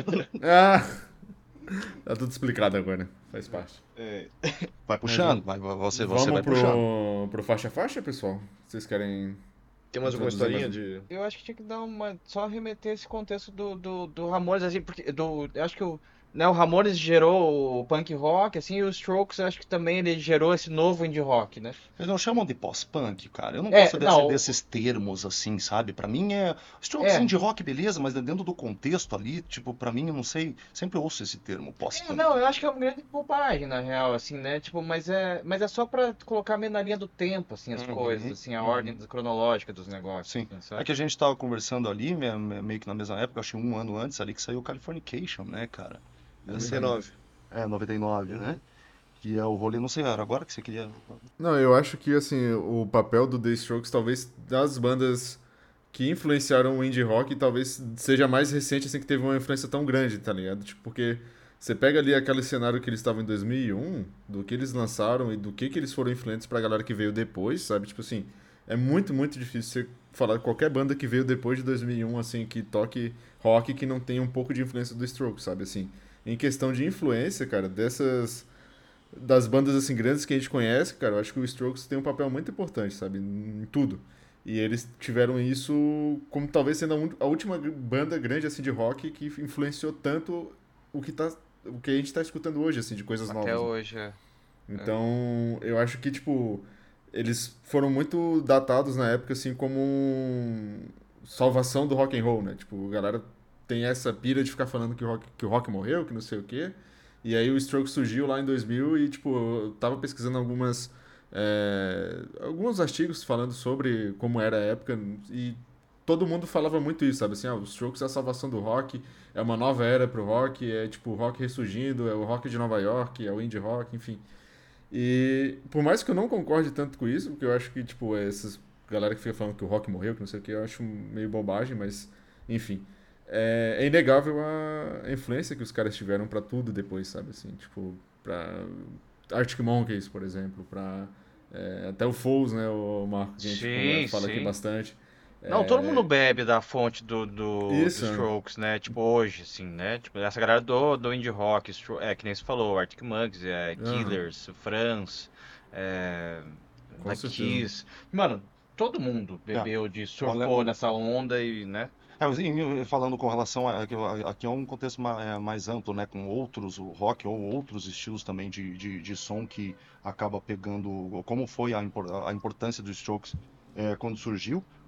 Tá tudo explicado agora, faz parte. Vai puxando, você Vamos vai puxando. pro faixa, pessoal? Vocês querem... Tem mais alguma historinha de... Eu acho que tinha que dar uma... Só remeter esse contexto do Ramones, assim, porque eu acho que o Ramones gerou o punk rock, assim, e o Strokes, eu acho que também ele gerou esse novo indie rock, né? Eles não chamam de pós-punk, cara. Eu não gosto desses termos, assim, sabe? Pra mim Strokes indie rock, beleza, mas dentro do contexto ali, tipo, pra mim, eu não sei, sempre ouço esse termo, pós-punk. Não, eu acho que é uma grande bobagem, na real, assim, né? Tipo, mas é só pra colocar meio na linha do tempo, assim, as coisas, assim, a ordem cronológica dos negócios. Sim. Sabe? É que a gente tava conversando ali, meio que na mesma época, acho que um ano antes ali, que saiu o Californication, né, cara? 99. 99, né? Que é o rolê, não sei, era agora que você queria... Não, eu acho que, assim, o papel do The Strokes, talvez, das bandas que influenciaram o indie rock, talvez seja mais recente, assim, que teve uma influência tão grande, tá ligado? Tipo, porque você pega ali aquele cenário que eles estavam em 2001, do que eles lançaram e do que eles foram influentes pra galera que veio depois, sabe? Tipo assim, é muito, muito difícil você falar de qualquer banda que veio depois de 2001, assim, que toque rock que não tenha um pouco de influência do Strokes, sabe? Assim, em questão de influência, cara, das bandas assim grandes que a gente conhece, cara, eu acho que o Strokes tem um papel muito importante, sabe, em tudo. E eles tiveram isso como talvez sendo a última banda grande assim de rock que influenciou tanto o que a gente tá escutando hoje, assim, de coisas novas. Até hoje, Então, eu acho que, tipo, eles foram muito datados na época, assim, como salvação do rock and roll, né? Tipo, a galera tem essa pira de ficar falando que o rock morreu, que não sei o quê. E aí o Strokes surgiu lá em 2000 e, tipo, eu tava pesquisando alguns artigos falando sobre como era a época e todo mundo falava muito isso, sabe? Assim, o Strokes é a salvação do rock, é uma nova era pro rock, é, tipo, o rock ressurgindo, é o rock de Nova York, é o indie rock, enfim. E por mais que eu não concorde tanto com isso, porque eu acho que, tipo, essas galera que fica falando que o rock morreu, que não sei o que, eu acho meio bobagem, mas, enfim. É inegável a influência que os caras tiveram pra tudo depois, sabe? Assim, tipo, pra Arctic Monkeys, por exemplo, pra até o Foles, né, o Marco, que a gente fala aqui bastante. Não, todo mundo bebe da fonte do Isso, Strokes, né? Tipo, hoje, assim, né? Tipo, essa galera do indie rock, que nem você falou, Arctic Monkeys, Killers, Franz, Com certeza. Kiss. Mano, todo mundo bebeu surfou nessa onda e, né? Falando com relação aqui é um contexto mais amplo, né, com outros, o rock ou outros estilos também de som que acaba pegando, como foi a importância dos Strokes quando surgiu.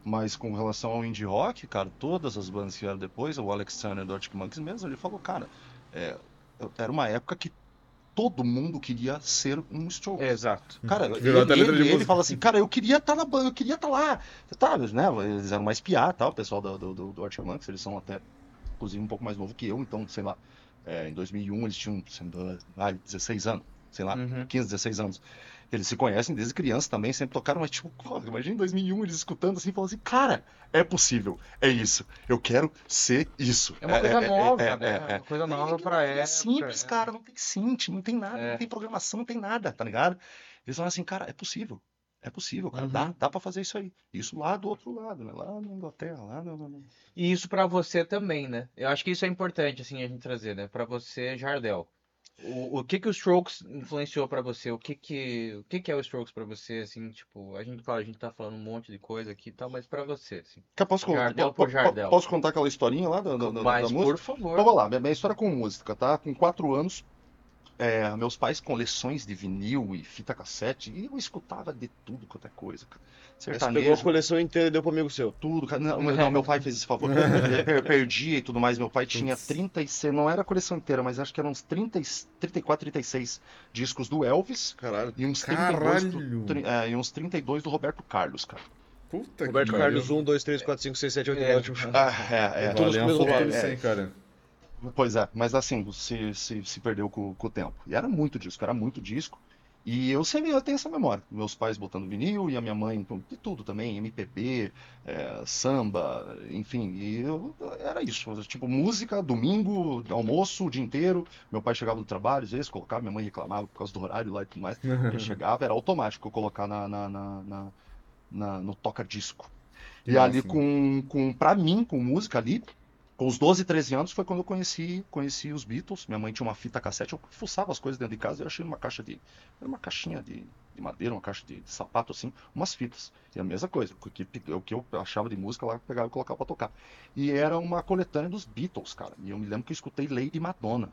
Mas com relação ao indie rock, cara, todas as bandas que vieram depois, o Alex Turner do Arctic Monkeys mesmo, ele falou, cara, é, era uma época que todo mundo queria ser um Strokes. Exato. Cara, Virou até letra de ele música. fala assim, cara, eu queria estar na banda, eu queria estar lá. Tá, né? Eles eram mais piá, tá? O pessoal do Arctic Monkeys, eles são até, inclusive, um pouco mais novo que eu, então, sei lá, em 2001 eles tinham, 16 anos, sei lá, 15, 16 anos. Eles se conhecem desde criança também, sempre tocaram, mas tipo, imagina em 2001 eles escutando assim, falando assim, cara, é possível, é isso, eu quero ser isso. É uma coisa nova, né? É. Uma coisa nova pra É época. simples, cara, não tem synth, não tem nada, É. não tem programação, não tem nada, tá ligado? Eles falam assim, cara, é possível, cara, dá pra fazer isso aí. Isso lá do outro lado, né? Lá na Inglaterra, lá no... E isso pra você também, né? Eu acho que isso é importante, assim, a gente trazer, né? Pra você, Jardel. O que que o Strokes influenciou pra você? O que é o Strokes pra você, assim, tipo, claro, a gente tá falando um monte de coisa aqui e tal, mas pra você, assim. Jardel por Jardel. Posso contar aquela historinha lá da Mas, música? por favor. Então, vamos lá, minha história com música, tá? Com 4 anos, meus pais coleções de vinil e fita cassete, e eu escutava de tudo quanto é coisa, cara. Você pegou a Sertanejo, coleção inteira e deu pro amigo seu. tudo, cara. Não, meu pai fez esse favor. Eu perdi e tudo mais. Meu pai tinha 36, não era a coleção inteira, mas acho que eram uns 30, 34, 36 discos do Elvis Caralho. e uns 32 Caralho! e uns 32 do Roberto Carlos, cara. Puta Roberto que Carlos pariu. 1, 2, 3, 4, 5, 6, 7, 8, É. 9. Todos Valeu com uma o mesmo fortuna valor. isso aí, cara. Pois é, mas assim, se perdeu com o tempo. E era muito disco. E eu tenho essa memória. Meus pais botando vinil e a minha mãe, de tudo também, MPB, samba, enfim. Era isso. Tipo, música, domingo, almoço, o dia inteiro. Meu pai chegava do trabalho, às vezes colocava, minha mãe reclamava por causa do horário lá e tudo mais. Ele chegava, era automático eu colocar no toca-disco. Que E ali massa, pra mim, com música ali, com os 12, 13 anos foi quando eu conheci os Beatles. Minha mãe tinha uma fita cassete, eu fuçava as coisas dentro de casa e eu achei era uma caixinha de madeira, uma caixa de sapato assim, umas fitas. E a mesma coisa, o que eu achava de música lá, eu pegava e colocava pra tocar. E era uma coletânea dos Beatles, cara. E eu me lembro que eu escutei Lady Madonna.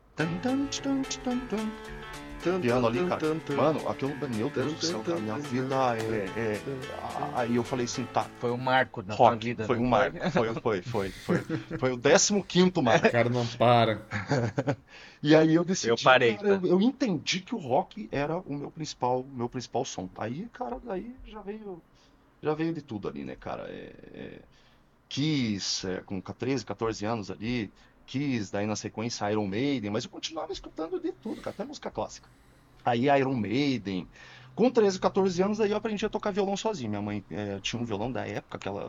Piano ali, cara. Mano, aquilo, meu Deus do céu, cara, minha vida Aí eu falei assim, tá, Foi um marco na tua rock, vida. foi não um marco, foi o 15º marco. O cara não para. E aí eu decidi, Eu parei, cara, tá? eu entendi que o rock era o meu principal som. Aí, cara, daí já veio de tudo ali, né, cara? Kiss, com 13, 14 anos ali, Kiss, daí na sequência Iron Maiden, mas eu continuava escutando de tudo, cara, até música clássica. Aí Iron Maiden. Com 13, 14 anos, aí eu aprendi a tocar violão sozinho. Minha mãe tinha um violão da época, aquela.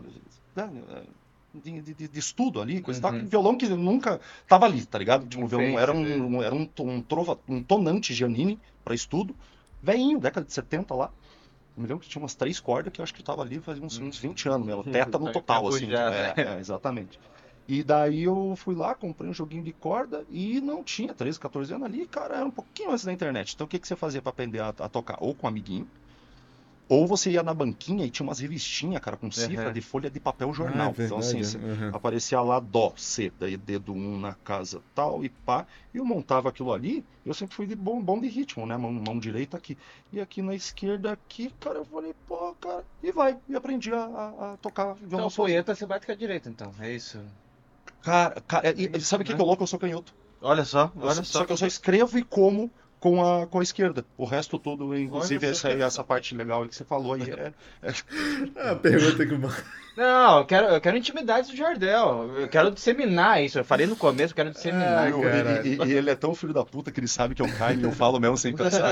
De estudo ali, coisa e tal. Violão que nunca tava ali, tá ligado? Tipo, o violão era um tonante Giannini pra estudo. Veinho, década de 70 lá. Eu me lembro que tinha umas 3 cordas que eu acho que tava ali faz uns 20 anos mesmo. Tétano total, assim. Já, né? Exatamente. E daí eu fui lá, comprei um joguinho de corda e não tinha 13, 14 anos ali, cara, era um pouquinho antes da internet. Então o que você fazia pra aprender a tocar? Ou com um amiguinho, ou você ia na banquinha e tinha umas revistinhas, cara, com cifra de folha de papel jornal. Ah, é Então assim, verdade, aparecia lá Dó, C, daí dedo 1 na casa tal e pá. E eu montava aquilo ali, eu sempre fui de bom de ritmo, né? Mão direita aqui. E aqui na esquerda aqui, cara, eu falei, pô, cara, e aprendi a tocar violão Então, sozinho. poeta você bate com a direita, então. É isso. Cara, sabe o que é louco? Eu sou canhoto. Olha só, Só que eu só escrevo e como com a esquerda. O resto tudo, inclusive essa parte legal aí que você falou aí. A pergunta que o Não, eu quero intimidade do Jardel. Eu quero disseminar isso. Eu falei no começo, eu quero disseminar. E ele é tão filho da puta que ele sabe que eu caio e eu falo mesmo sem pensar.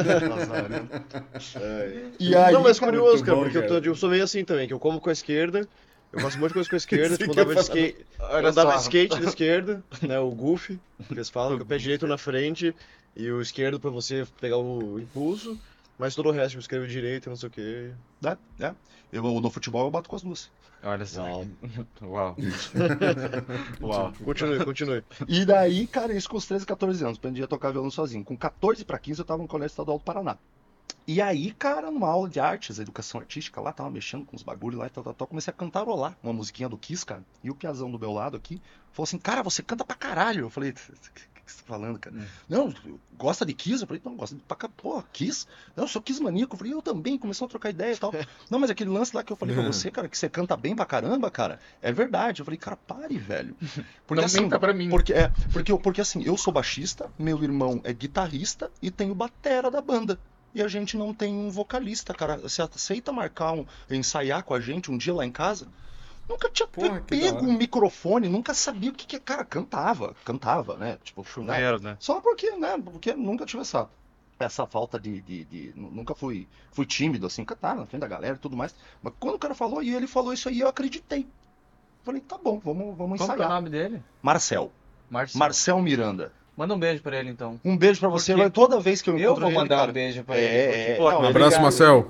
E aí, Não, mas cara, curioso, muito cara, bom, porque cara. eu sou meio assim também, que eu como com a esquerda, eu faço um monte de coisa com a esquerda, Isso tipo, que eu andava de ia falar. skate, Olha andava só. de skate da esquerda, né, o goofy, que eles falam, que é o pé direito na frente e o esquerdo pra você pegar o impulso, mas todo o resto eu escrevo direito, não sei o que. no futebol eu bato com as duas. Olha só. Uau. Uau. Continue. E daí, cara, isso com os 13, 14 anos, aprendi a tocar violão sozinho. Com 14 pra 15 eu tava no Colégio Estadual do Paraná. E aí, cara, numa aula de artes, educação artística lá, tava mexendo com uns bagulho lá e tal, comecei a cantarolar uma musiquinha do Kiss, cara. E o piazão do meu lado aqui falou assim, cara, você canta pra caralho. Eu falei, que você tá falando, cara? Não, gosta de Kiss? Eu falei, não, gosta de pô, Kiss? Não, eu sou Kiss maníaco. Eu falei, eu também, começou a trocar ideia e tal. Não, mas aquele lance lá que eu falei pra você, cara, que você canta bem pra caramba, cara, é verdade. Eu falei, cara, pare, velho. Porque Não assim, minta pra mim. porque assim, eu sou baixista, meu irmão é guitarrista e tem o batera da banda. E a gente não tem um vocalista, cara. Você aceita ensaiar com a gente um dia lá em casa? Nunca tinha Porra, que da pego hora. um microfone, nunca sabia o que é. Cara, cantava, né? Tipo, né? Chuveiro, né? Só porque, né? Porque nunca tive essa falta nunca fui tímido, assim, cantar na frente da galera e tudo mais. Mas quando o cara falou, e ele falou isso aí, eu acreditei. Falei, tá bom, vamos Como que é o ensaiar. nome dele? Marcel. Marcelo. Marcel Miranda. Manda um beijo pra ele, então. Um beijo pra você. Porque toda vez que eu Eu encontro vou ele, mandar cara, um beijo pra ele. é, Pô, não, Um ele- abraço, Marcel.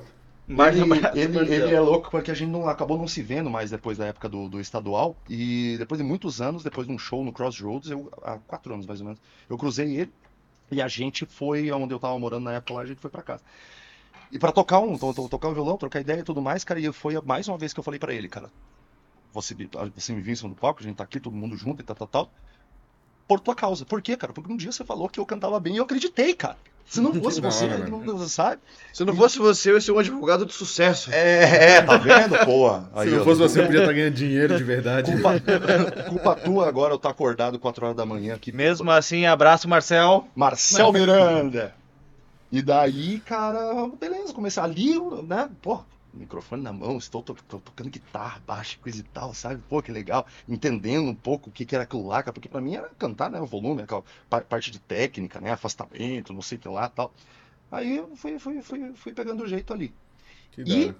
ele é louco porque a gente não acabou não se vendo mais depois da época do estadual. E depois de muitos anos, depois de um show no Crossroads, há 4 anos mais ou menos, eu cruzei ele e a gente foi aonde eu tava morando na época lá, a gente foi pra casa. E pra tocar tocar um violão, trocar ideia e tudo mais, cara, e foi mais uma vez que eu falei pra ele, cara, você me viu em cima do palco, a gente tá aqui, todo mundo junto e tal, por tua causa. Por quê, cara? Porque um dia você falou que eu cantava bem e eu acreditei, cara. Se não fosse Que da você, hora, não sabe? Se não fosse você, eu ia ser um advogado de sucesso. Tá vendo, porra? Se não fosse você, eu podia estar ganhando dinheiro de verdade. Culpa tua agora eu tô acordado 4 horas da manhã aqui. Mesmo assim, abraço, Marcel. Marcel Miranda. E daí, cara, beleza, comecei ali, né? Pô, microfone na mão, estou tocando guitarra, baixo, coisa e tal, sabe? Pô, que legal. Entendendo um pouco o que era aquilo lá, cara, porque pra mim era cantar, né? O volume, aquela parte de técnica, né? Afastamento, não sei o que lá e tal. Aí eu fui pegando o jeito ali. Que da hora.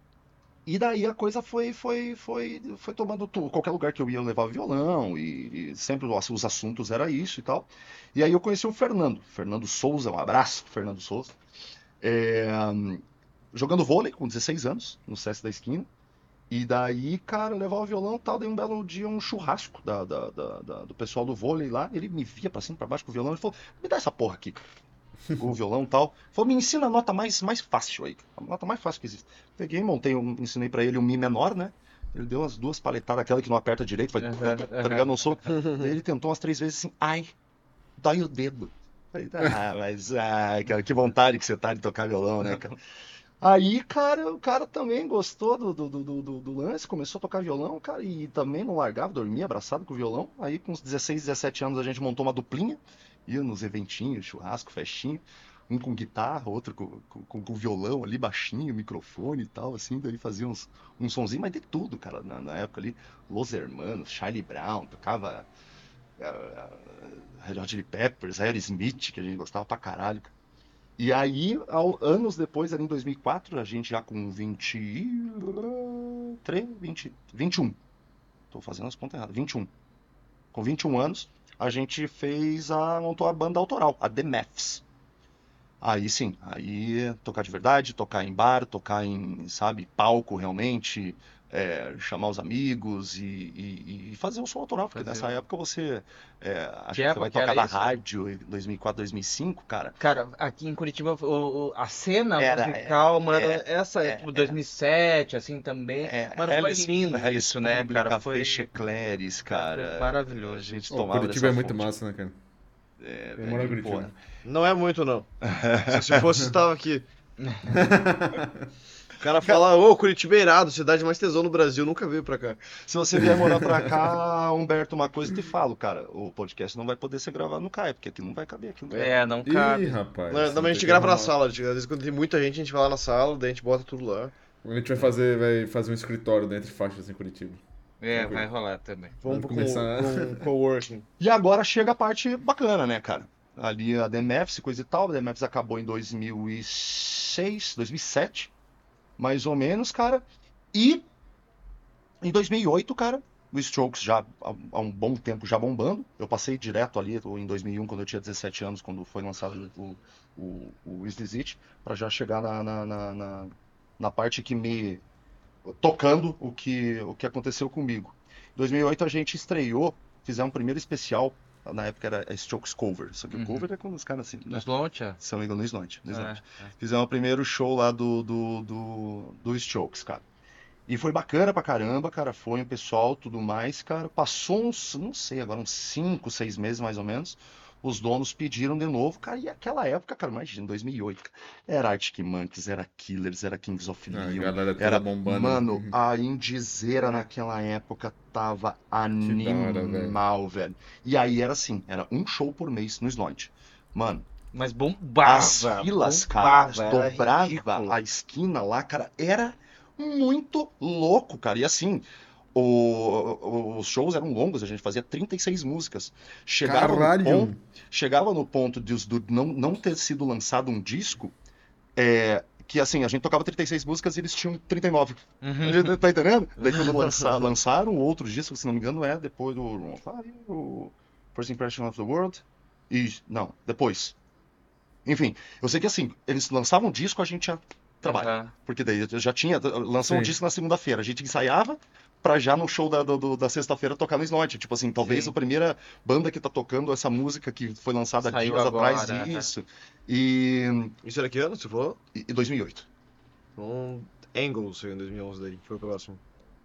E daí a coisa foi tomando tudo. Qualquer lugar que eu ia, eu levava violão, e sempre os assuntos era isso e tal. E aí eu conheci o Fernando Souza, um abraço, Fernando Souza. É, jogando vôlei com 16 anos, no CS da esquina. E daí, cara, eu levava o violão e tal, daí um belo dia um churrasco do pessoal do vôlei lá, ele me via pra cima, pra baixo com o violão, ele falou, me dá essa porra aqui, o violão e tal. Falou, me ensina a nota mais fácil aí, a nota mais fácil que existe. Peguei, ensinei pra ele um Mi menor, né? Ele deu umas 2 paletadas, aquela que não aperta direito, vai, tá ligado? Não sou. Daí ele tentou umas 3 vezes assim, ai, dói o dedo. Falei, mas cara, que vontade que você tá de tocar violão, né, cara? Aí, cara, o cara também gostou do lance, começou a tocar violão, cara, e também não largava, dormia abraçado com o violão. Aí, com uns 16, 17 anos, a gente montou uma duplinha, ia nos eventinhos, churrasco, festinha, um com guitarra, outro com violão ali, baixinho, microfone e tal, assim, daí fazia um sonzinho, mas de tudo, cara, na época ali, Los Hermanos, Charlie Brown, tocava Red Hot Chili Peppers, Aerosmith, que a gente gostava pra caralho, cara. E aí, anos depois, ali em 2004, a gente já com 21. Tô fazendo as contas erradas. 21. Com 21 anos, a gente montou a banda autoral, a The Maths. Aí sim, aí tocar de verdade, tocar em bar, tocar em, sabe, palco realmente, chamar os amigos e fazer um som autoral, porque nessa época você acha que você vai tocar na rádio em 2004, 2005, cara. Cara, aqui em Curitiba a cena musical, mano, tipo 2007, assim também. Mano, foi lindo isso, né, cara? Foi Checleres, cara. Maravilhoso. A gente tomava Curitiba é dessa muito fonte. massa, né, cara? Eu moro em Curitiba. Não é muito, não. Se fosse, estava aqui. O cara fala, Curitiba é irado, cidade mais tesão no Brasil, nunca veio pra cá. Se você vier morar pra cá, Humberto, uma coisa eu te falo, cara, o podcast não vai poder ser gravado no CAE, porque aqui não vai caber. Não cabe. Ih, rapaz. Não, mas a gente grava na sala, às vezes quando tem muita gente, a gente vai lá na sala, daí a gente bota tudo lá. A gente vai fazer um escritório dentro de faixas em Curitiba. Vai rolar também. Vamos Vai pro começar. coworking. E agora chega a parte bacana, né, cara? Ali a DMFs, coisa e tal, a DMFs acabou em 2007, mais ou menos, cara. E em 2008, cara, o Strokes já há um bom tempo já bombando. Eu passei direto ali em 2001, quando eu tinha 17 anos, quando foi lançado o Is This It, pra já chegar na parte que me... tocando o que aconteceu comigo. Em 2008 a gente estreou, fizemos um primeiro especial, na época era Strokes Cover, só que o cover é quando os caras assim... No Slontia? Se não me engano, no Slontia. Fizemos o primeiro show lá do Strokes, cara. E foi bacana pra caramba, cara, foi um pessoal, tudo mais, cara. Passou uns, não sei, agora uns 5, 6 meses mais ou menos. os donos pediram de novo, cara, e aquela época, cara, imagina, 2008, cara, era Arctic Monkeys, era Killers, era Kings of A Leon, galera toda era, bombando. mano, a indizeira naquela época tava Que da hora, velho. animal, velho. E aí era assim, era um show por mês no Slot. Mano, Mas bombava. as filas, cara, bombava, era dobrava ridículo. a esquina lá, cara, era muito louco, cara. E assim, os shows eram longos, a gente fazia 36 músicas. Caralho! Chegava no ponto de não ter sido lançado um disco, que assim, a gente tocava 36 músicas e eles tinham 39. A gente tá entendendo? Daí quando lançaram outros discos, se não me engano, depois do o First Impression of the World. Não, depois. Enfim, eu sei que assim, eles lançavam um disco, a gente ia trabalhar. Aham. Porque daí eu já tinha, lançou um Sim. disco na segunda-feira, a gente ensaiava pra já no show da sexta-feira tocar no Slot. Tipo assim, talvez Sim. a primeira banda que tá tocando essa música que foi lançada Saiu dias agora, atrás, aham. isso. E, Isso era que ano, você falou? e 2008. Angles saiu em 2011 daí, foi o próximo.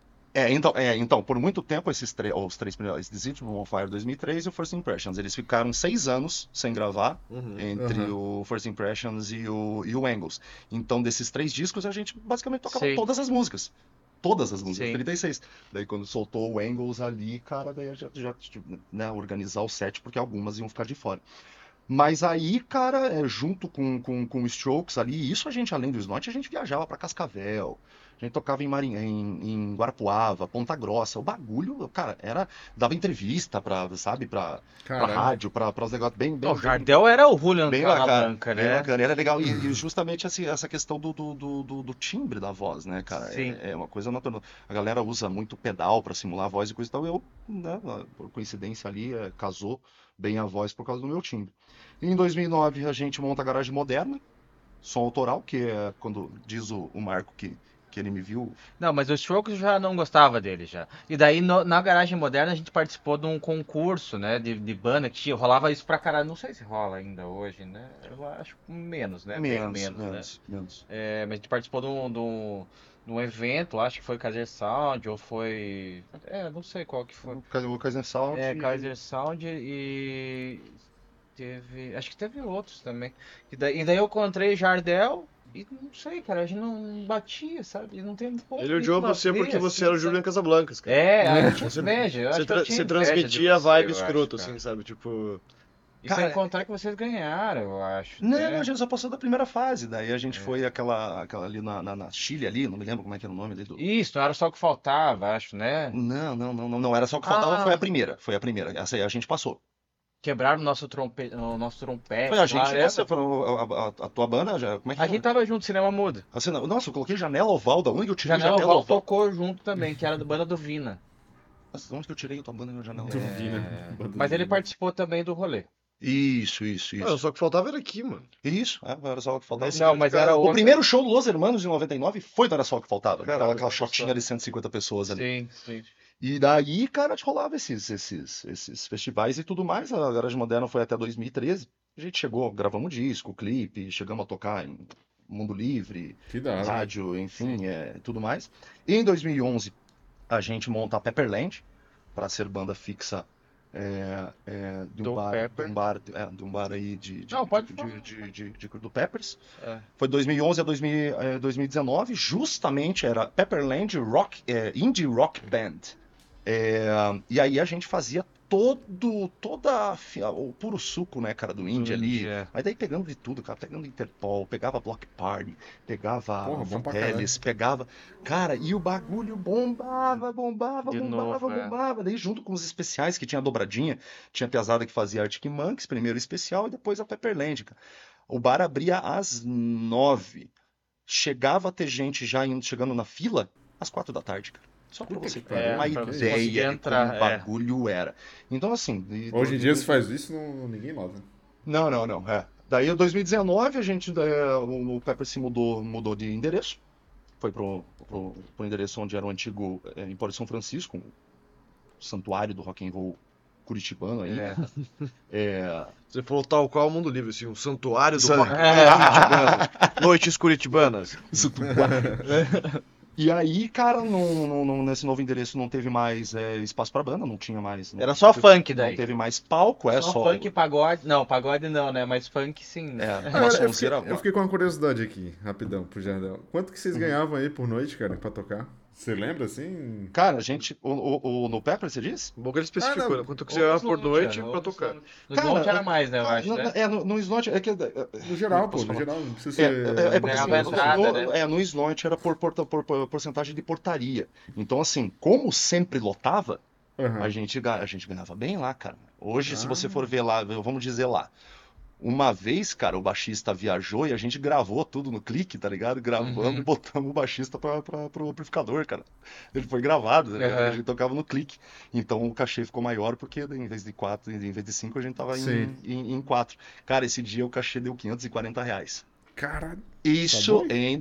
Então, por muito tempo, os três primeiros, Disease on Fire 2003 e o First Impressions, eles ficaram 6 anos sem gravar entre o First Impressions e o Angles. Então, desses 3 discos, a gente basicamente tocava Sim. todas as músicas. Todas as músicas, Sim. 36. Daí, quando soltou o Angles ali, cara, daí já né, organizar o set, porque algumas iam ficar de fora. Mas aí, cara, junto com o Strokes ali, isso a gente, além do Slot, a gente viajava pra Cascavel, a gente tocava em Guarapuava, Ponta Grossa, o bagulho, cara, dava entrevista pra Caralho. rádio, pra os negócios bem, Não, o Jardel era o Julian bem bacana, Casablanca, bem né? bacana, era legal, e justamente assim, essa questão do timbre da voz, né, cara, Sim. é uma coisa natural, a galera usa muito pedal pra simular a voz e coisa e tal, eu, né, por coincidência ali, casou bem a voz por causa do meu timbre. Em 2009 a gente monta a Garagem Moderna, som autoral, que é quando diz o Marco que ele me viu. Não, mas o Strokes já não gostava dele já. E daí na Garagem Moderna a gente participou de um concurso, né, de banda que rolava isso pra caralho. Não sei se rola ainda hoje, né? Eu acho menos, né? Bem menos, né? menos. Mas a gente participou de um evento, acho que foi Kaiser Sound ou foi, não sei qual que foi. O Kaiser Sound. Kaiser Sound e acho que teve outros também. E daí eu encontrei Jardel e não sei, cara, a gente não batia, sabe? Não tem pouco Ele odiou muito a você ver, porque você assim, era o sabe? Julian Casablancas, cara. Eu tinha Você- inveja, eu acho que eu tinha Você inveja de transmitia a você, vibe eu acho, escroto, cara. assim, sabe? Tipo, E Cara, sem contar que vocês ganharam, eu acho, Não, né? a gente só passou da primeira fase. Daí a gente foi aquela ali na Chile ali, não me lembro como é que era o nome dele. Isso, não era só o que faltava, acho, né? Não, era só o que faltava, foi a primeira. Essa aí a gente passou. Quebraram o nosso trompete Foi a gente, lá, você, a tua banda, como é que A era? gente tava junto, Cinema Mudo. Assim, nossa, eu coloquei Janela Oval, da onde eu tirei Janela Janela Oval Oval? tocou junto também, que era da banda do Vina. Nossa, de onde que eu tirei a tua banda no Janela Do Oval? Vina. Mas ele participou também do rolê. Isso. só o que faltava era aqui, mano. Isso, era só o que faltava. Não, mas era O outra. primeiro show do Los Hermanos, em 99, foi do Era Só o que faltava. Caralho, Aquela olha shotinha só. de 150 pessoas ali. Sim. E daí, cara, rolava esses festivais e tudo mais. A Garagem Moderna foi até 2013. A gente chegou, gravamos disco, clipe, chegamos a tocar em Mundo Livre, Que da hora. rádio, enfim, tudo mais. E em 2011, a gente monta a Pepperland, para ser banda fixa de Do um bar, Pepper. de um bar aí Não, pode falar. do Peppers. É. Foi 2011 a 2019, justamente era Pepperland Indie Rock Band. E aí a gente fazia o puro suco, né, cara, do indie ali. indie, é. Mas daí pegando de tudo, cara, pegando Interpol, pegava Block Party, pegava Porra, bom pra Vangelis, pegava... Cara, e o bagulho bombava. De novo, Daí junto com os especiais, que tinha a dobradinha, tinha a pesada que fazia Arctic Monkeys, primeiro o especial e depois a Pepperland, cara. O bar abria às 9. Chegava a ter gente chegando na fila às 4 da tarde, cara. Só pra você ter uma pra você ideia conseguir de entrar, como o bagulho era. Então, assim... Hoje em dia, se faz isso, ninguém nota. Não. Daí, em 2019, a gente, o Pepper se mudou de endereço. Foi pro endereço onde era o antigo Empório São Francisco, o santuário do rock and roll curitibano aí. Você falou tal qual o Mundo Livre, assim, um santuário do San- rock curitibano. Noites curitibanas. E aí, cara, nesse novo endereço não teve mais espaço pra banda, não tinha mais. Era só funk Não daí. teve mais palco, Só funk e pagode. Não, pagode não, né? Mas funk sim, né? uma Cara, sonzeira. eu fiquei com uma curiosidade aqui, rapidão, pro Jardel. Quanto que vocês ganhavam aí por noite, cara, pra tocar? Você lembra, assim? Cara, a gente. No Pepper, você disse? Bom que ele Ah, especificou, não. né? Quanto que Ou você no ganhava por Slot, noite ou pra no tocar. Slot. No Slot era mais, né? Eu acho, né? No Slot, é que. No geral, pô, Posso no falar? geral, não precisa ser... Porque Ganhava assim, entrada, né? no Slot era por porcentagem de portaria. Então, assim, como sempre lotava, Aham. a gente ganhava bem lá, cara. Hoje, se você Ah. for ver lá, vamos dizer lá. Uma vez, cara, o baixista viajou e a gente gravou tudo no clique, tá ligado? Gravamos e botamos o baixista pro amplificador, cara. Ele foi gravado, tá ligado? Aham. A gente tocava no clique. Então o cachê ficou maior porque em vez de 4, em vez de 5, a gente tava Sim. em 4. Cara, esse dia o cachê deu R$ 540. Cara, Isso bom? em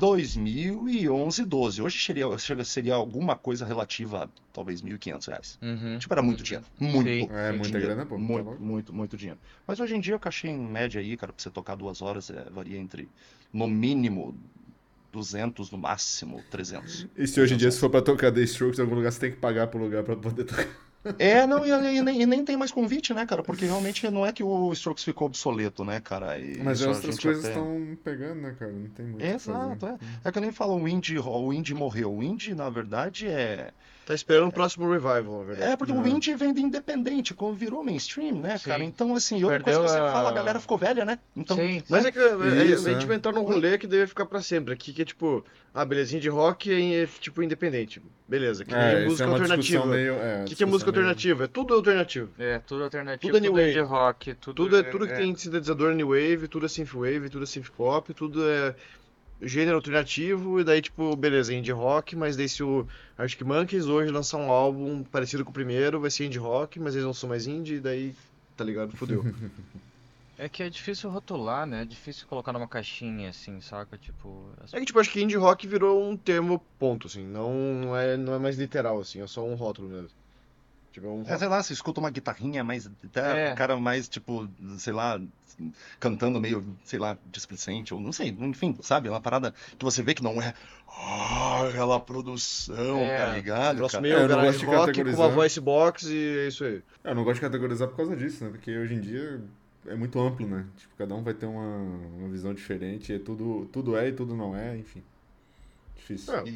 2011, 12. Hoje seria alguma coisa relativa a talvez R$ 1.500. Uhum. Tipo, era muito dinheiro. Muito Sim. É muita dinheiro. grana, pô. Tá Muito, louco. muito, muito dinheiro. Mas hoje em dia o cachê em média aí, cara, pra você tocar 2 horas, varia entre, no mínimo, 200, no máximo 300. E se hoje em dia, 300 se for pra tocar The Strokes em algum lugar, você tem que pagar pro lugar pra poder tocar? Não, e nem tem mais convite, né, cara? Porque realmente não é que o Strokes ficou obsoleto, né, cara? E Mas isso a outras gente coisas até... estão pegando, né, cara? Não tem muito o que Exato, fazer. é que eu nem falo, o indie morreu. O indie, na verdade, Tá esperando o próximo revival, na verdade. porque o indie vem de independente, como virou mainstream, né, Sim. cara? Então, assim, e outra coisa Perdeu que você a- fala, a galera ficou velha, né? Então, Sim. Mas é que a Isso, gente vai entrar num rolê que deve ficar pra sempre. Aqui que é tipo, belezinha de rock é tipo independente. Beleza, que nem Isso é música uma alternativa. discussão meio... O que é música alternativa? É tudo alternativo. É, tudo alternativo, Tudo é new tudo é wave. de rock, tudo Tudo que tem sintetizador new wave, tudo é synthwave, tudo é synthpop, tudo é gênero alternativo, e daí tipo, beleza, indie rock, mas daí se o Arctic Monkeys hoje lançar um álbum parecido com o primeiro, vai ser indie rock, mas eles não são mais indie, e daí, tá ligado? Fudeu. É que é difícil rotular, né? É difícil colocar numa caixinha assim, saca? Tipo, É que tipo, acho que indie rock virou um termo ponto, assim, não é mais literal, assim, é só um rótulo mesmo. Tipo, é um sei lá, você escuta uma guitarrinha mais, É. o cara mais, tipo, sei lá, cantando meio, sei lá, displicente, ou não sei, enfim, sabe? É uma parada que você vê que não é aquela produção, É. tá ligado, troço cara? meio eu não garage gosto de rock com uma categorizar. voice box e é isso aí. Eu não gosto de categorizar por causa disso, né? Porque hoje em dia é muito amplo, né? Tipo, cada um vai ter uma visão diferente, e tudo é e tudo não é, enfim. Difícil. É.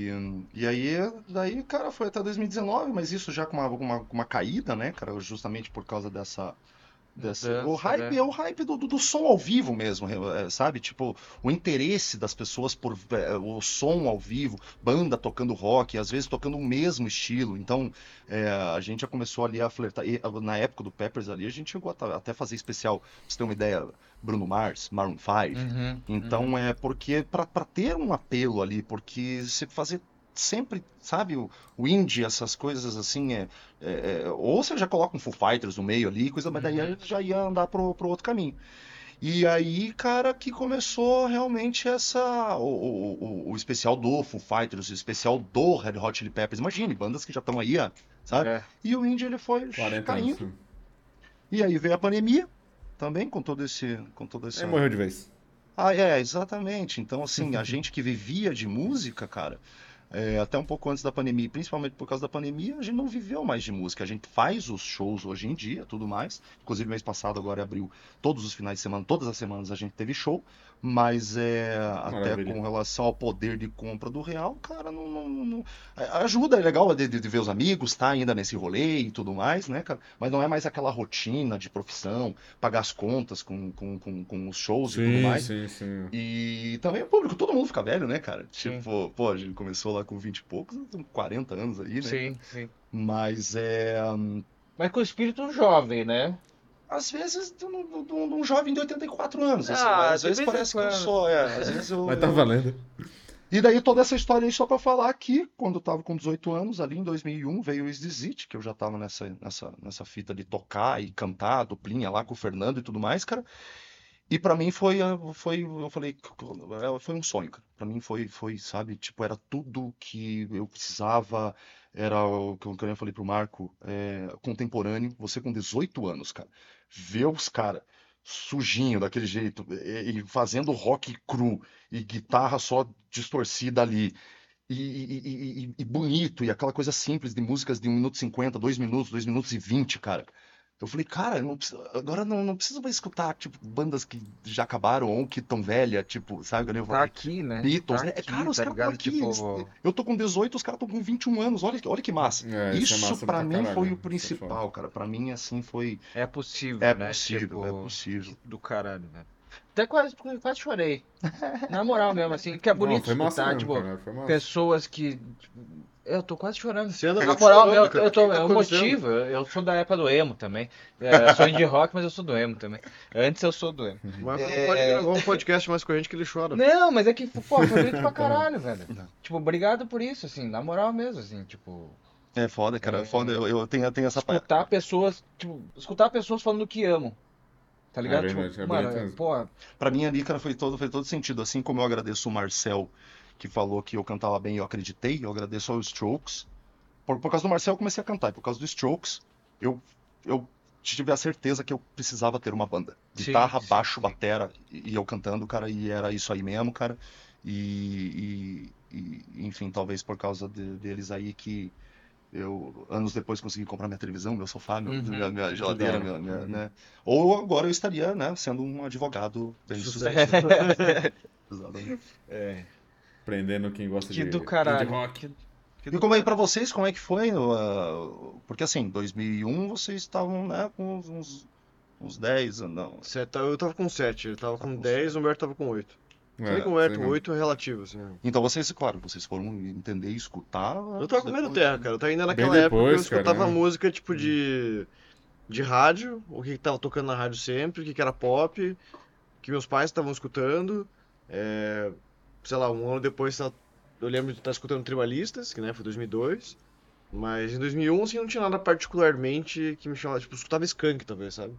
E aí, daí, cara, foi até 2019, mas isso já com uma caída, né, cara? Justamente por causa dessa. Mudança, O hype né? é o hype do som ao vivo mesmo, sabe? Tipo, o interesse das pessoas por o som ao vivo, banda tocando rock, às vezes tocando o mesmo estilo. Então, a gente já começou ali a flertar. E, na época do Peppers ali, a gente chegou até fazer especial, pra você ter uma ideia, Bruno Mars, Maroon 5. Então, porque para ter um apelo ali, porque você fazer sempre, sabe, o indie, essas coisas assim, ou você já coloca um Foo Fighters no meio ali, coisa, mas daí já ia andar pro outro caminho. E aí, cara, que começou realmente o especial do Foo Fighters, o especial do Red Hot Chili Peppers. Imagine, bandas que já estão aí, sabe? É. E o indie, ele foi 40 anos. caindo. E aí veio a pandemia, também, com todo esse... Aí morreu de vez. Exatamente. Então, assim, a gente que vivia de música, cara, até um pouco antes da pandemia, principalmente por causa da pandemia, a gente não viveu mais de música. A gente faz os shows hoje em dia, tudo mais. Inclusive, mês passado, agora abriu todos os finais de semana, todas as semanas a gente teve show. Mas até Maravilha. com relação ao poder de compra do real, cara, ajuda, é legal de ver os amigos, tá ainda nesse rolê e tudo mais, né, cara? Mas não é mais aquela rotina de profissão, pagar as contas com os shows e tudo mais. Sim. E também o público, todo mundo fica velho, né, cara? Sim. Tipo, pô, a gente começou lá com 20 e poucos, tem 40 anos aí, né? Sim, sim. Mas Mas com espírito jovem, né? às vezes de um jovem de 84 anos, assim, Ah, às de vezes vez em parece que eu quando. sou, às vezes eu... Mas tá valendo. E daí toda essa história aí só pra falar que quando eu tava com 18 anos, ali em 2001, veio o Exit, que eu já tava nessa fita de tocar e cantar, duplinha lá com o Fernando e tudo mais, cara. E pra mim eu falei, foi um sonho, cara. Pra mim foi, sabe, tipo, era tudo que eu precisava, era o que eu falei pro Marco, contemporâneo, você com 18 anos, cara, ver os caras sujinho daquele jeito, e fazendo rock cru, e guitarra só distorcida ali, e bonito, e aquela coisa simples de músicas de 1 minuto e 50, 2 minutos, 2 minutos e 20, cara. Eu falei, cara, agora não preciso mais escutar, tipo, bandas que já acabaram ou que estão velhas, tipo, sabe? Eu Tá falei, aqui, né? Beatles, Tá né? aqui, Cara, os tá caras estão ligado? aqui. Tipo, Eu tô com 18, os caras estão com 21 anos. Olha que massa. Isso é Isso massa pra pra mim foi caralho. o Isso é foda. principal, cara. Pra mim, assim, foi. é possível, É né? possível, é Tipo, possível. do caralho, né? Até quase chorei. Na moral mesmo, assim, que é Não, bonito foi massa escutar, mesmo, tipo, cara. Foi massa. pessoas que. Eu tô quase chorando. Você anda Na muito moral, chorando, cara. O que que tá é um acontecendo? motivo. Eu sou da época do emo também. Eu sou indie rock, mas eu sou do emo também. Antes eu sou do emo. O Marco não pode gravar um podcast mais com a gente que ele chora. Não, mas é que, pô, foi bonito pra Tá não. caralho, velho. Tipo, obrigado por isso, assim, na moral mesmo, assim, tipo. É foda, cara. É foda. Eu tenho essa. Escutar pessoas falando que amam, tá É ligado? Tipo, verdade, é mano, bonito mesmo. pô, Pra mim ali, cara, fez todo sentido. Assim como eu agradeço o Marcel, que falou que eu cantava bem e eu acreditei, eu agradeço aos Strokes. Por causa do Marcel eu comecei a cantar, e por causa dos Strokes, eu tive a certeza que eu precisava ter uma banda. Guitarra, sim, baixo, sim. batera, e eu cantando, cara, e era isso aí mesmo, cara. Enfim, talvez por causa deles aí que eu, anos depois, consegui comprar minha televisão, meu sofá, minha Que geladeira, da hora. né? Ou agora eu estaria, né, sendo um advogado bem Sucesso. sucedido. Exatamente. É, Prendendo quem gosta que de do indie caralho. rock. Que E do como aí pra caralho. vocês, como é que foi? Porque assim, 2001 vocês estavam, né, com uns 10, não, Eu tava com 7, ele tava tá com com 10, o 7. Humberto tava com 8. Se bem que É, o sei Humberto, mesmo. 8 é relativo, assim. Né? Então vocês, claro, vocês foram entender e escutar Eu tava comendo depois, terra, né? cara. Eu tava ainda Bem naquela época que eu depois, escutava cara. música tipo de rádio, o que tava tocando na rádio sempre, o que era pop, que meus pais estavam escutando. É, sei lá, um ano depois eu lembro de estar escutando Tribalistas, que né, foi 2002. Mas em 2001, assim, não tinha nada particularmente que me chamava. Tipo, eu escutava Skank, talvez, sabe?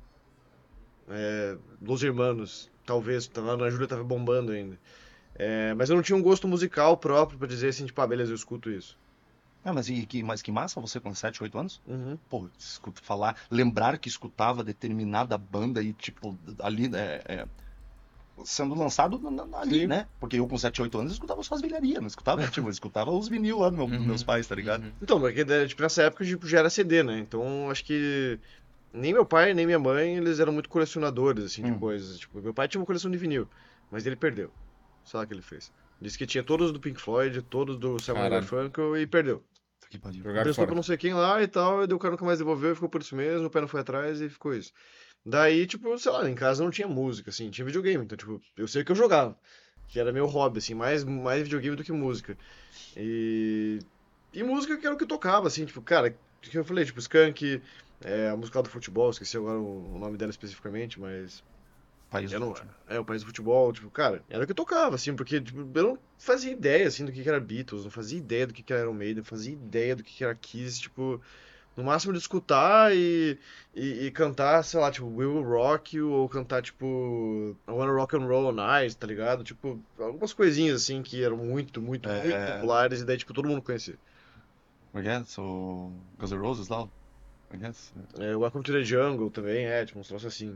Los Hermanos, talvez. Tava, na Júlia tava bombando ainda. Mas eu não tinha um gosto musical próprio pra dizer assim, tipo, ah, beleza, eu escuto isso. Ah, mas que massa você com 7, 8 anos? Uhum. Pô, escuta falar, lembrar que escutava determinada banda e, tipo, ali, sendo lançado ali, Sim. né? Porque eu com 7, 8 anos escutava só as velharias, não escutava, tipo, eu escutava os vinil lá dos meus pais, tá ligado? Então, porque tipo, nessa época tipo, já era CD, né? Então acho que nem meu pai nem minha mãe eles eram muito colecionadores assim de Hum. coisas. Tipo, meu pai tinha uma coleção de vinil, mas ele perdeu. Sabe o que ele fez? Disse que tinha todos do Pink Floyd, todos do Simon Caralho. Garfunkel e perdeu. Que pariu. Jogaram Emprestou pra fora. não sei quem lá e tal, e daí o cara nunca mais devolveu e ficou por isso mesmo, o pé não foi atrás e ficou isso. Daí, tipo, sei lá, em casa não tinha música, assim, tinha videogame, então, tipo, eu sei o que eu jogava, que era meu hobby, assim, mais videogame do que música. E, e música que era o que eu tocava, assim, tipo, cara, que eu falei, tipo, Skank, a música lá do futebol, esqueci agora o nome dela especificamente, mas País do era último. o país do futebol, tipo, cara, era o que eu tocava, assim, porque, tipo, eu não fazia ideia, assim, do que era Beatles, não fazia ideia do que era Iron Maiden, não fazia ideia do que era Kiss, tipo, no máximo de escutar e cantar, sei lá, tipo, We Will Rock You, ou cantar, tipo, I Wanna Rock and Roll Nice, tá ligado? Tipo, algumas coisinhas, assim, que eram muito populares, e daí, tipo, todo mundo conhecia. Como é que é? Sou Guns N' Roses lá? Como é que é? Welcome to the Jungle também, tipo, uns troços assim.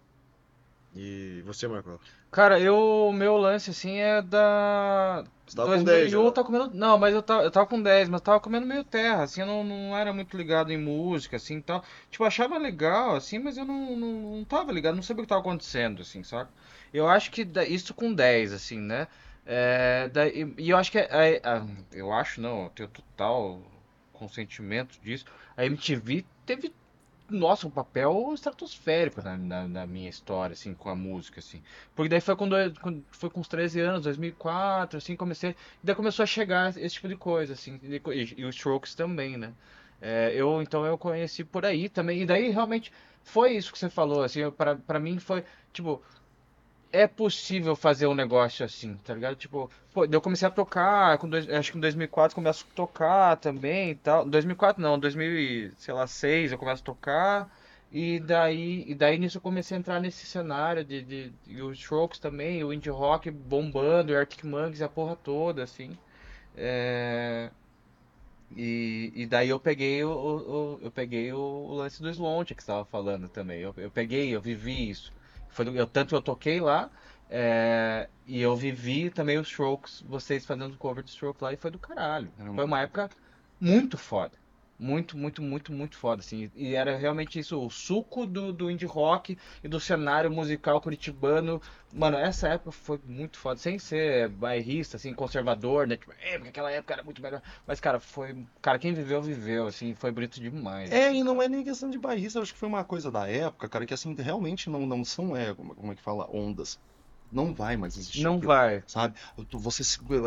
E você, Marco? Cara, meu lance assim é da Você tava com 10 2001 eu já. tava comendo, não, mas eu tava com 10, mas tava comendo meio terra, assim, eu não era muito ligado em música, assim, tal. Tipo, eu achava legal, assim, mas eu não tava ligado, não sabia o que tava acontecendo, assim, sabe? Eu acho que isso com 10 assim, né? E eu acho que, eu acho não, eu tenho total consentimento disso. A MTV teve, nossa, um papel estratosférico na minha história, assim, com a música, assim. Porque daí quando foi com uns 13 anos, 2004, assim, comecei. Daí começou a chegar esse tipo de coisa, assim. E os Strokes também, né? Então eu conheci por aí também. E daí realmente foi isso que você falou, assim, pra mim foi, tipo, é possível fazer um negócio assim, tá ligado? Tipo, pô, daí eu comecei a tocar, acho que em 2004 começo a tocar também e tal. 2004 não, 2000, sei lá, 6 eu começo a tocar. E daí nisso eu comecei a entrar nesse cenário e os Strokes também, o indie rock bombando, e Arctic Monkeys, a porra toda, assim. É, e daí eu peguei o lance do Slontia que você estava falando também. Eu peguei, eu vivi isso. Tanto que eu toquei lá E eu vivi também os Strokes, vocês fazendo cover de Stroke lá, e foi do caralho. Foi uma época muito foda. Muito, muito, muito, muito foda, assim. E era realmente isso, o suco do indie rock e do cenário musical curitibano. Mano, essa época foi muito foda, sem ser bairrista, assim, conservador, né? Tipo, porque aquela época era muito melhor. Mas, cara, foi. Cara, quem viveu, viveu, assim, foi bonito demais. E não é nem questão de bairrista, eu acho que foi uma coisa da época, cara, que assim, realmente não são, como é que fala, ondas. Não vai mais existir Não aquilo, vai. sabe? Você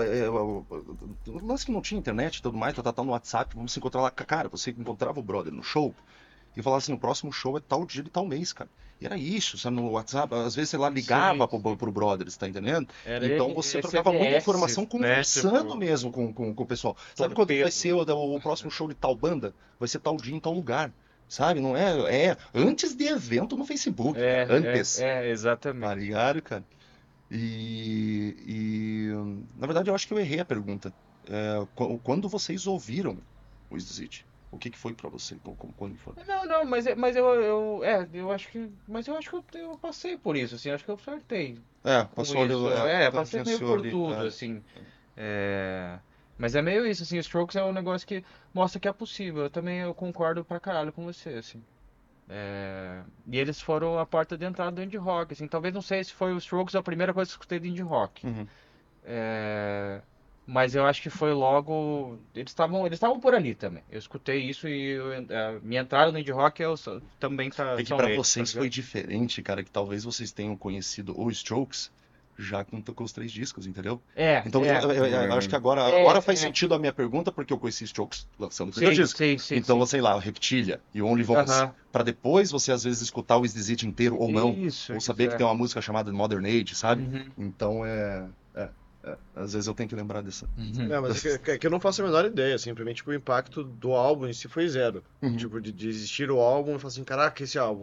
o lance que não tinha internet e tudo mais, tá no WhatsApp, vamos se encontrar lá. Cara, você encontrava o brother no show e falava assim, o próximo show é tal dia de tal mês, cara. E era isso, sabe, no WhatsApp, às vezes você lá ligava Sim, sim. pro brother, você tá entendendo? Era Então você trocava muita SMS, informação né? conversando Tipo, mesmo com o pessoal. Sabe quando vai ser torpedo. o próximo show de tal banda? Vai ser tal dia em tal lugar. Sabe? Não antes de evento no Facebook, cara. Antes. Tá Exatamente. ligado, cara? Na verdade, eu acho que eu errei a pergunta. Quando vocês ouviram o Exit? O que foi pra você? Quando foi? Não, não, eu acho que, mas eu acho que eu passei por isso, assim, acho que eu flertei com Passou ali, isso. Passei meio tangenciou por ali. tudo, assim. É, mas é meio isso, assim, os Strokes é um negócio que mostra que é possível. Eu concordo pra caralho com você, assim. E eles foram a porta de entrada do indie rock, assim. Talvez não sei se foi os Strokes a primeira coisa que eu escutei do indie rock. Uhum. É, Mas eu acho que foi logo. Eles estavam por ali também. Eu escutei isso e a minha entrada no indie rock também É que são pra eles, tá vocês foi ligado? diferente, cara, que talvez vocês tenham conhecido o Strokes já com os 3 discos, entendeu? É, Então é, eu acho que agora faz é, é. sentido a minha pergunta, porque eu conheci Strokes lançando o primeiro Sim, disco. sim, sim, Então, sim. sei lá, o Reptilia e o Only Voice, Aham. pra depois você às vezes escutar o Exit inteiro ou não, Isso, ou isso saber que é. tem uma música chamada Modern Age, sabe? Uhum, Então às vezes eu tenho que lembrar dessa. uhum. É, mas é que eu não faço a menor ideia, assim, pra mim, tipo, o impacto do álbum em si foi zero. Uhum, Tipo, de existir o álbum e falar assim, caraca, esse álbum.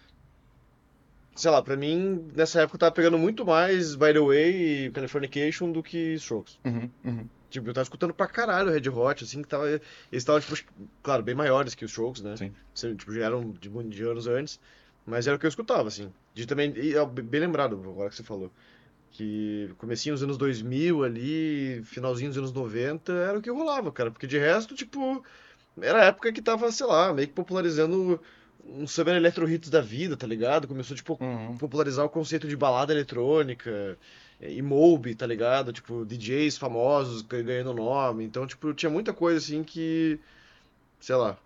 Sei lá, pra mim, nessa época eu tava pegando muito mais By The Way e Californication do que Strokes. uhum. Tipo, eu tava escutando pra caralho o Red Hot, assim, que tava. Eles estavam, tipo, claro, bem maiores que os Strokes, né? Sim. Tipo, já eram de anos antes. Mas era o que eu escutava, assim. De também. E, ó, bem lembrado, agora que você falou. Que comecinho dos anos 2000 ali, finalzinho dos anos 90 era o que rolava, cara. Porque de resto, tipo, era a época que tava, sei lá, meio que popularizando um Summer Electro Hits da vida, tá ligado? Começou, tipo, Uhum. popularizar o conceito de balada eletrônica e Moby, tá ligado? Tipo, DJs famosos ganhando nome. Então, tipo, tinha muita coisa assim que, sei lá.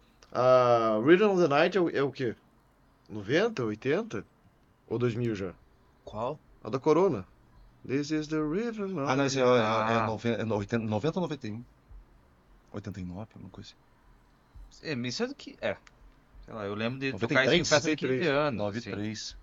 A Rhythm of the Night é o quê? 90, 80? Ou 2000 já? Qual? A da Corona. This is the rhythm Ah, of não, the esse é Ah, 90 ou 91? 89, alguma coisa assim. isso é do que. Sei lá, eu lembro de tocar isso em 93? festa de 15 93. anos, assim. 93.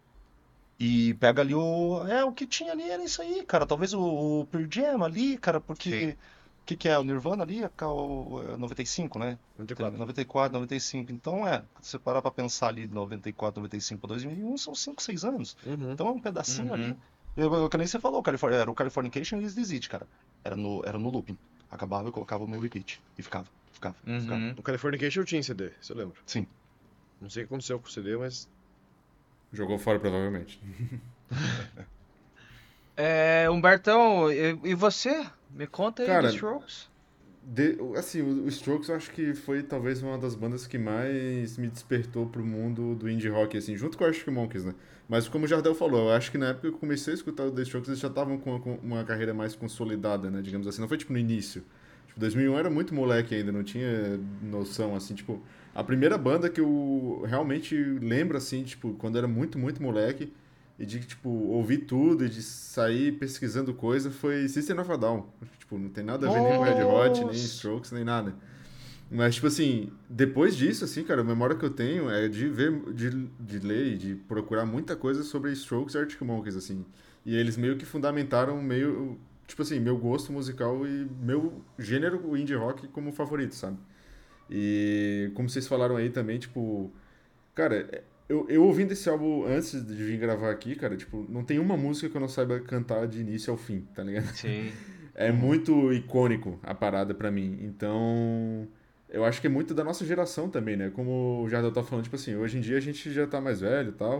E pega ali o que tinha ali era isso aí, cara. Talvez o Pearl Jam ali, cara, Sim. porque. O que é? O Nirvana ali é 95, né? 94. 94, 95. Então se você parar pra pensar ali de 94, 95 pra 2001, são 5, 6 anos. Uhum. Então é um pedacinho ali. Uhum. Que nem você falou, era o Californication e o Exit, cara. Era no looping. Acabava e colocava no repeat. E ficava. Uhum. O Californication eu tinha em CD, se eu lembro. Sim. Não sei o que aconteceu com o CD, mas. Jogou fora, provavelmente. Humbertão, e você? Me conta aí dos Cara, Strokes. assim, o Strokes eu acho que foi talvez uma das bandas que mais me despertou pro mundo do indie rock, assim, junto com o Arctic Monkeys, né? Mas como o Jardel falou, eu acho que na época que eu comecei a escutar o The Strokes, eles já estavam com uma carreira mais consolidada, né? Digamos assim, não foi tipo no início. Tipo, 2001 era muito moleque ainda, não tinha noção, assim, tipo... A primeira banda que eu realmente lembro, assim, tipo, quando era muito, muito moleque, e de, tipo, ouvir tudo e de sair pesquisando coisa foi System of a Down. Tipo, não tem nada a ver nem com Red Hot, nem Nossa! Strokes, nem nada. Mas, tipo assim, depois disso, assim, cara, a memória que eu tenho é de ver, de ler e de procurar muita coisa sobre Strokes e Arctic Monkeys, assim. E eles meio que fundamentaram meio, tipo assim, meu gosto musical e meu gênero, o indie rock, como favorito, sabe? E como vocês falaram aí também, tipo, cara, eu ouvindo esse álbum antes de vir gravar aqui, cara, tipo, não tem uma música que eu não saiba cantar de início ao fim, tá ligado? Sim. É Uhum. muito icônico a parada pra mim. Então, eu acho que é muito da nossa geração também, né? Como o Jardel tá falando, tipo assim, hoje em dia a gente já tá mais velho e tal,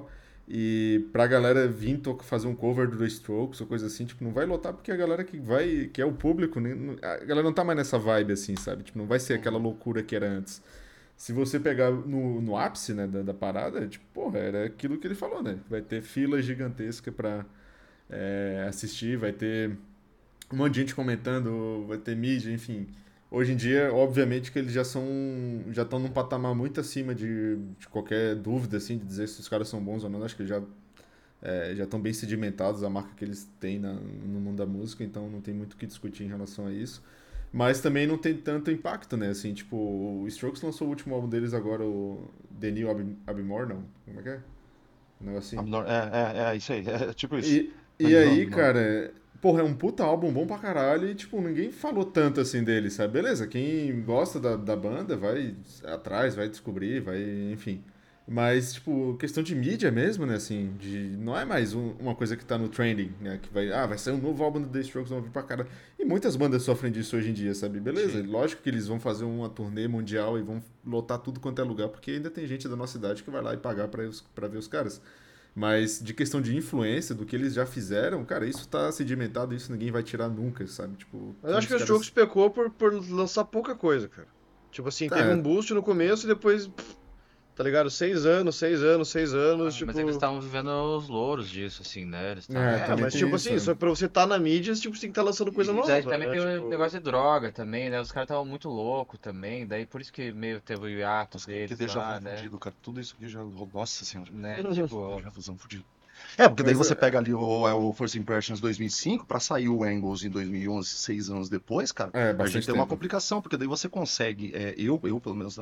E pra galera vir fazer um cover do The Strokes ou coisa assim, tipo, não vai lotar porque a galera que vai, que é o público, né, a galera não tá mais nessa vibe assim, sabe? Tipo, não vai ser aquela loucura que era antes. Se você pegar no ápice, né, da parada, tipo, porra, era aquilo que ele falou, né? Vai ter fila gigantesca pra assistir, vai ter um monte de gente comentando, vai ter mídia, enfim. Hoje em dia, obviamente que eles já estão num patamar muito acima de qualquer dúvida, assim, de dizer se os caras são bons ou não. Acho que já estão bem sedimentados a marca que eles têm no mundo da música, então não tem muito o que discutir em relação a isso. Mas também não tem tanto impacto, né? Assim, tipo, o Strokes lançou o último álbum deles agora, o The New Abimore, não? Como é que é? Um negócio assim. Isso aí, é tipo isso. E aí, cara, porra, é um puta álbum bom pra caralho e, tipo, ninguém falou tanto assim dele, sabe? Beleza, quem gosta da banda vai atrás, vai descobrir, vai, enfim. Mas, tipo, questão de mídia mesmo, né, assim, não é mais uma coisa que tá no trending, né, que vai sair um novo álbum do The Strokes, vão vir pra cara. E muitas bandas sofrem disso hoje em dia, sabe? Beleza, Sim. lógico que eles vão fazer uma turnê mundial e vão lotar tudo quanto é lugar, porque ainda tem gente da nossa idade que vai lá e pagar pra ver os caras. Mas de questão de influência, do que eles já fizeram, cara, isso tá sedimentado, isso ninguém vai tirar nunca, sabe? Tipo, Mas eu acho que os o Strokes caras. pecou por lançar pouca coisa, cara. Tipo assim, teve Tá, um boost no começo e depois, tá ligado? 6 anos, 6 anos, 6 anos, Mas eles tipo. estavam vivendo os louros disso, assim, né? Eles estavam. É, também mas tem tipo isso, assim, só que pra você estar na mídia, tipo, você tem que estar lançando coisa E daí nova, também né? tem o Tipo. negócio de droga também, né? Os caras estavam muito loucos também, daí por isso que meio teve o hiato Nossa, que deles déjà lá, vu né? fudido, cara. Tudo isso aqui já. Nossa senhora. Né? Tipo, Déjà vuzão fudido. Porque daí mas você pega ali o First Impressions 2005, pra sair o Angles em 2011, 6 anos depois, cara, a gente bastante tem uma tempo. complicação, porque daí você consegue, eu pelo menos,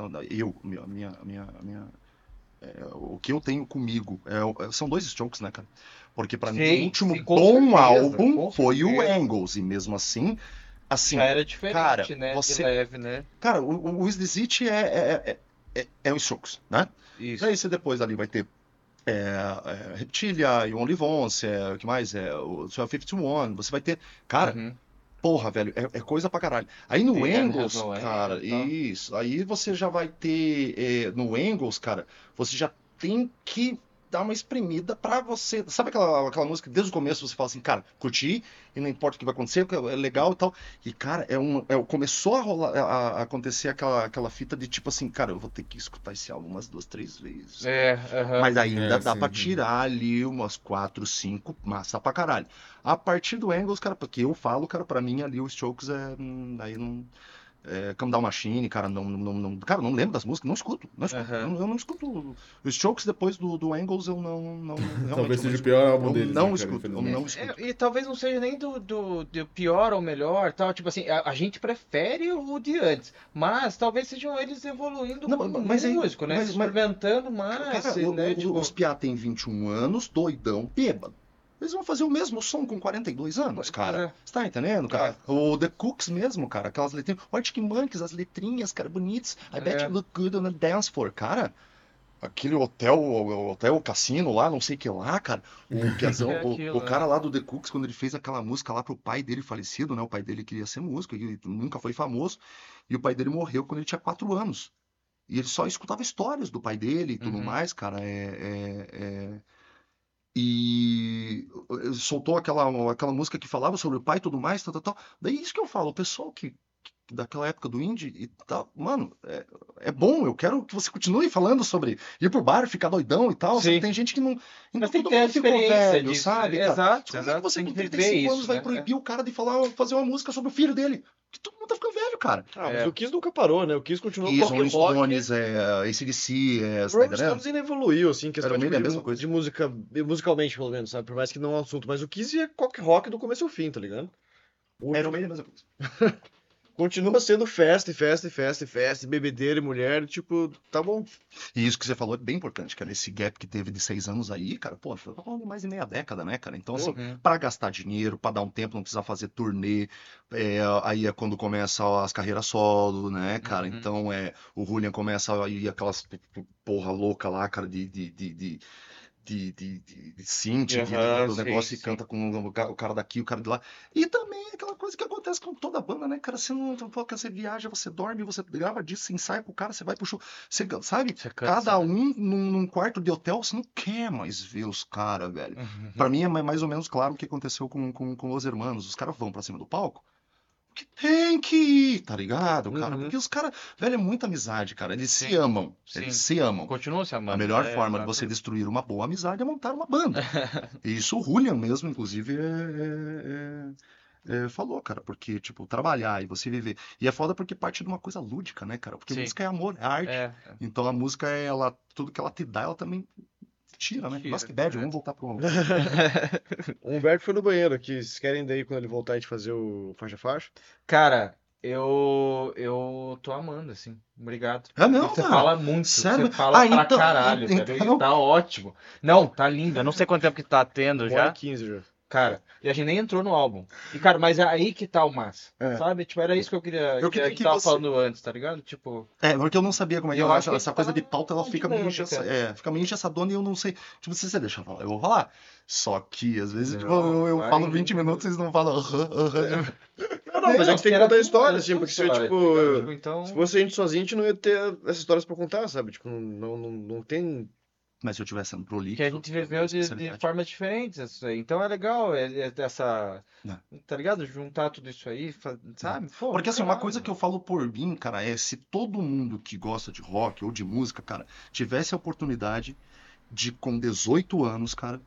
o que eu tenho comigo, são dois Strokes, né, cara? Porque pra mim o sim, último sim, com bom certeza, álbum com foi o certeza. Angles, e mesmo Já assim, era cara, diferente, né? De leve, né? cara, o Is This It é o Strokes, né? Daí Isso. você depois ali vai ter Reptilia, You Only Once, o que mais? O 1251, você vai ter. Cara, Uhum. porra, velho, é coisa pra caralho. Aí no The End Has Angles, No End cara, e tal. isso. Aí você já vai ter. No Angles, cara, você já tem que dar uma espremida pra você. Sabe aquela música que desde o começo você fala assim, cara, curti, e não importa o que vai acontecer, é legal e tal. E, cara, começou a rolar, a acontecer aquela fita de tipo assim, cara, eu vou ter que escutar esse álbum umas 2, 3 vezes. É, aham. Mas ainda dá Sim. pra tirar ali umas 4, 5, massa pra caralho. A partir do Angles, cara, porque eu falo, cara, pra mim ali o Strokes aí não. Come Down Machine, cara, cara, não lembro das músicas, não escuto, não escuto. Aham. Eu não escuto. Os Strokes depois do Angles eu realmente Talvez eu não seja o escuto. pior álbum Eu deles, né, não cara, escuto, eu não infelizmente. escuto. E talvez não seja nem do pior ou melhor, tal. Tipo assim, a gente prefere o de antes, mas talvez sejam eles evoluindo Não, como mas aí, músico, né? Se experimentando mais, cara, né? os Tipo, Piá tem 21 anos, doidão, bêbado. Eles vão fazer o mesmo som com 42 anos, pois cara. é. Você tá entendendo, É, cara? O The Cooks mesmo, cara. Aquelas letrinhas. O Arctic Monkeys, as letrinhas, cara, bonitas. I bet you é, look good on the dance floor. Cara, aquele hotel cassino lá, não sei o que lá, cara. O Piazão, é o aquilo, cara é. lá do The Cooks, quando ele fez aquela música lá pro pai dele falecido, né? O pai dele queria ser músico, ele nunca foi famoso. E o pai dele morreu quando ele tinha 4 anos. E ele só escutava histórias do pai dele e tudo Uhum. mais, cara. E soltou aquela música que falava sobre o pai e tudo mais, tal, tal, tal. Daí isso que eu falo, o pessoal daquela época do indie e tal, mano, é bom, eu quero que você continue falando sobre ir pro bar, ficar doidão e tal, sabe? Sim. Tem gente que não. Mas Então tem todo que ter a mundo ficou experiência velho, disso, sabe, né? cara? Exato, Como é que exato. você Tem com que viver 35 anos isso, vai né? proibir o cara de fazer uma música sobre o filho dele? Que todo mundo tá ficando velho, cara. Ah, mas É. o Kiss nunca parou, né? O Kiss continuou Kiss, pop Rolling rock. Stones, AC/DC, O você tá Rolling entendendo? Stones ainda evoluiu, assim, em Era questão meio tipo, a mesma coisa. de música, musicalmente, pelo menos, sabe? Por mais que não é um assunto. Mas o Kiss é rock do começo ao fim, tá ligado? O Era último meio a mesma coisa. continua sendo festa e festa e festa e festa, e bebedeira e mulher, tipo, tá bom. E isso que você falou é bem importante, cara. Esse gap que teve de 6 anos aí, cara, pô, foi mais de meia década, né, cara? Então, assim, Uhum. pra gastar dinheiro, pra dar um tempo, não precisar fazer turnê, aí é quando começa as carreiras solo, né, cara? Uhum. Então, o Julian começa aí aquelas porra louca lá, cara, de synth, Aham, do sim, negócio e sim. canta com o cara daqui, o cara de lá. E também aquela coisa coisa que acontece com toda banda, né, cara? Você não, pô, você viaja, você dorme, você grava disso, você ensaia com o cara, você vai pro show. Você, sabe? Você cansa, Cada né? um num quarto de hotel, você não quer mais ver os caras, velho. Uhum. Pra mim é mais ou menos claro o que aconteceu com Los Hermanos. Os caras vão pra cima do palco. Que tem que ir, tá ligado, cara? Uhum. Porque os caras, velho, é muita amizade, cara. Eles se Sim, amam. sim. Eles se amam. Continua se A amando, melhor né? forma de você destruir uma boa amizade é montar uma banda. E isso o Julian mesmo, inclusive, falou, cara. Porque, tipo, trabalhar e você viver. E é foda porque parte de uma coisa lúdica, né, cara? Porque Sim. música é amor, é arte. É, Então a música, tudo que ela te dá, ela também tira, né? Tira, Nossa, que bad, é. vamos voltar pro. O Humberto foi no banheiro aqui. Vocês querem daí quando ele voltar a gente fazer o faixa-faixa? Cara, eu tô amando, assim. Obrigado. Ah, não, Você cara. fala muito, Sério? você fala pra então, caralho, velho. Tá ótimo. Não, tá lindo. Eu não sei quanto tempo que tá tendo 1 hora já. e 15 já. Cara, e a gente nem entrou no álbum. E, cara, mas é aí que tá o massa. É. Sabe? Tipo, era isso que eu queria. Eu queria Que que tava você- falando antes, tá ligado? Tipo. Porque eu não sabia como é que E eu ela, acho que essa ele coisa tá de pauta, ela na fica meio dinâmica. fica meio engessadona e eu não sei. Tipo, se você deixar eu falar, eu vou falar. Só que, às vezes, tipo, Não, eu vai. falo 20 minutos e vocês não falam. Não, mas a gente tem que era contar a tua- história, era assim, tua porque se, história, tipo, tá ligado? Tipo, então. se fosse a gente sozinho, a gente não ia ter essas histórias pra contar, sabe? Tipo, não tem. Mas se eu tivesse sendo prolixo. Que a gente viveu de especialidade. formas diferentes, isso aí. Então é legal essa, É. tá ligado? Juntar tudo isso aí, sabe? Pô, Porque assim, uma caralho. coisa que eu falo por mim, cara, é se todo mundo que gosta de rock ou de música, cara, tivesse a oportunidade de, com 18 anos, cara,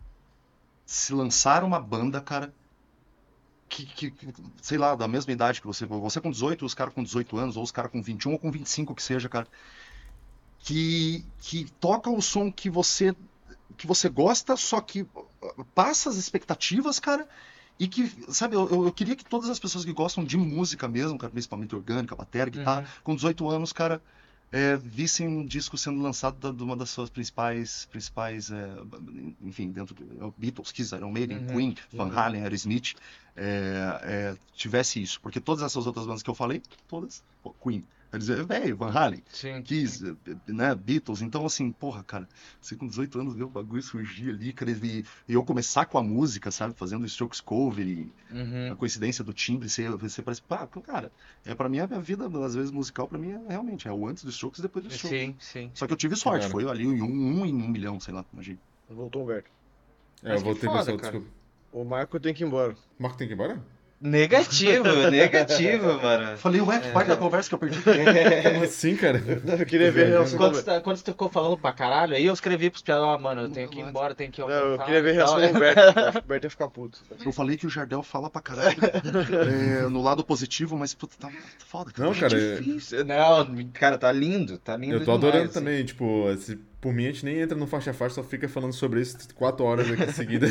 se lançar uma banda, cara, que, sei lá, da mesma idade que você com 18, os caras com 18 anos, ou os caras com 21 ou com 25 que seja, cara, que toca o som que você gosta, só que passa as expectativas, cara, e que, sabe, eu queria que todas as pessoas que gostam de música mesmo, cara, principalmente orgânica, bateria, guitarra, com 18 anos, cara, vissem um disco sendo lançado de uma das suas principais, enfim, dentro do Beatles, Kiss, Iron Maiden, Queen, Van Halen, Aerosmith, tivesse isso, porque todas essas outras bandas que eu falei, todas, pô, Queen, quer dizer, velho, Van Halen, Sim. Kiss, né, Beatles, então assim, porra, cara, você com 18 anos ver o bagulho surgir ali, cara, e eu começar com a música, sabe, fazendo Strokes cover e a coincidência do timbre, você parece, pá, cara, pra mim a minha vida, às vezes, musical, pra mim, realmente, é o antes do Strokes e depois do Strokes. Sim, sim. Só que eu tive sorte, Cara. foi ali em um em 1 milhão, sei lá, imagina. Voltou o Humberto. Eu Mas que voltei, foda, pessoal, cara. desculpa. O Marco tem que ir embora. O Marco tem que ir embora? Negativo, mano. Falei, ué, que parte da conversa que eu perdi. Como assim, cara? Eu queria ver a reação do Humberto. Quando você ficou falando pra caralho, aí eu escrevi pros piadas, ó, mano, eu tenho que ir embora, tenho que ir Não, eu almoçar queria ver a e reação tal. do Humberto. Eu acho que o Humberto ia ficar puto. Eu falei que o Jardel fala pra caralho, no lado positivo, mas, puta, tá foda, cara. Não, cara, Difícil. Não, cara, tá lindo eu tô adorando demais, assim. também, tipo, por mim a gente nem entra no faixa a faixa, só fica falando sobre isso 4 horas aqui em seguida.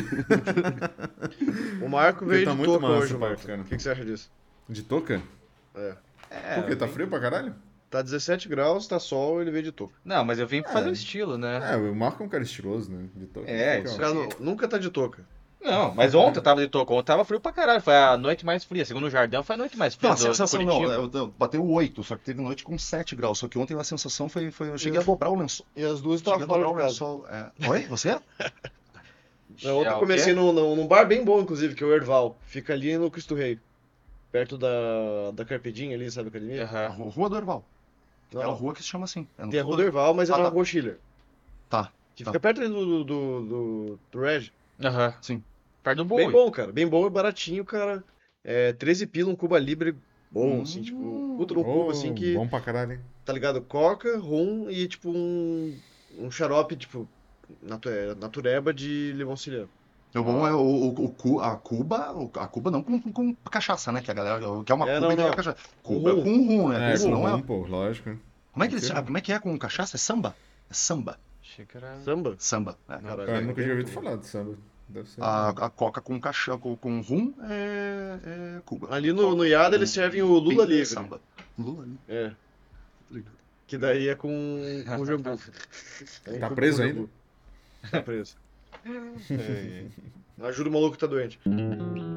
O Marco veio Tá de muito touca massa hoje, o papo, Marco. cara. O que você acha disso? De touca? É. Por quê? Tá frio pra caralho? Tá 17 graus, tá sol, ele veio de touca. Não, mas eu vim pra fazer o estilo, né? É, o Marco é um cara estiloso, né? De touca. É, Fica- isso O cara nunca tá de touca. Não, mas ontem eu tava de touca, ontem tava frio pra caralho, foi a noite mais fria, segundo o Jardel, foi a noite mais fria Não, a do sensação não, Curitiba. bateu 8, só que teve noite com 7 graus. Só que ontem a sensação foi eu cheguei a dobrar o lençol. E as duas Cheguei estavam a fora dobrar de o casa. lençol. Oi, você? Ontem eu É o comecei quê? num bar bem bom, inclusive, que é o Erval. Fica ali no Cristo Rei. Perto da Carpedinha ali, sabe a academia? Aham. Rua do Erval. Não, É uma rua que se chama assim. tem a Rua do Erval, mas é Ah, na tá. Rua Schiller. Tá, Que tá. fica perto ali do Reg. Aham. sim. Perto do Bem boi. bom, cara. Bem bom e baratinho, cara. 13 pila, um Cuba Libre bom, assim, tipo, puta num cubo, assim, que, Bom pra caralho, hein? tá ligado? Coca, rum e, tipo, um xarope, tipo, natureba de limão siciliano. O bom é a Cuba não com cachaça, né? Que a galera quer uma Cuba não, e não não. quer cachaça. Cuba rum. com rum, né? É, Senão com rum, pô, lógico. Como é que Sim. como é que é com cachaça? É samba? É samba. Xícara. Samba? Samba. Caralho. Cara, eu nunca tinha ouvido falar de samba. Deve ser. A Coca com cachaça, com rum é Cuba. Ali no Iada eles servem o Lula Pinga é Livre. Samba. Lula Livre. É, Tá ligado? que daí é com jambu. É um Tá cubo preso com ainda? jambu. Tá preso. Ajuda o maluco que tá doente.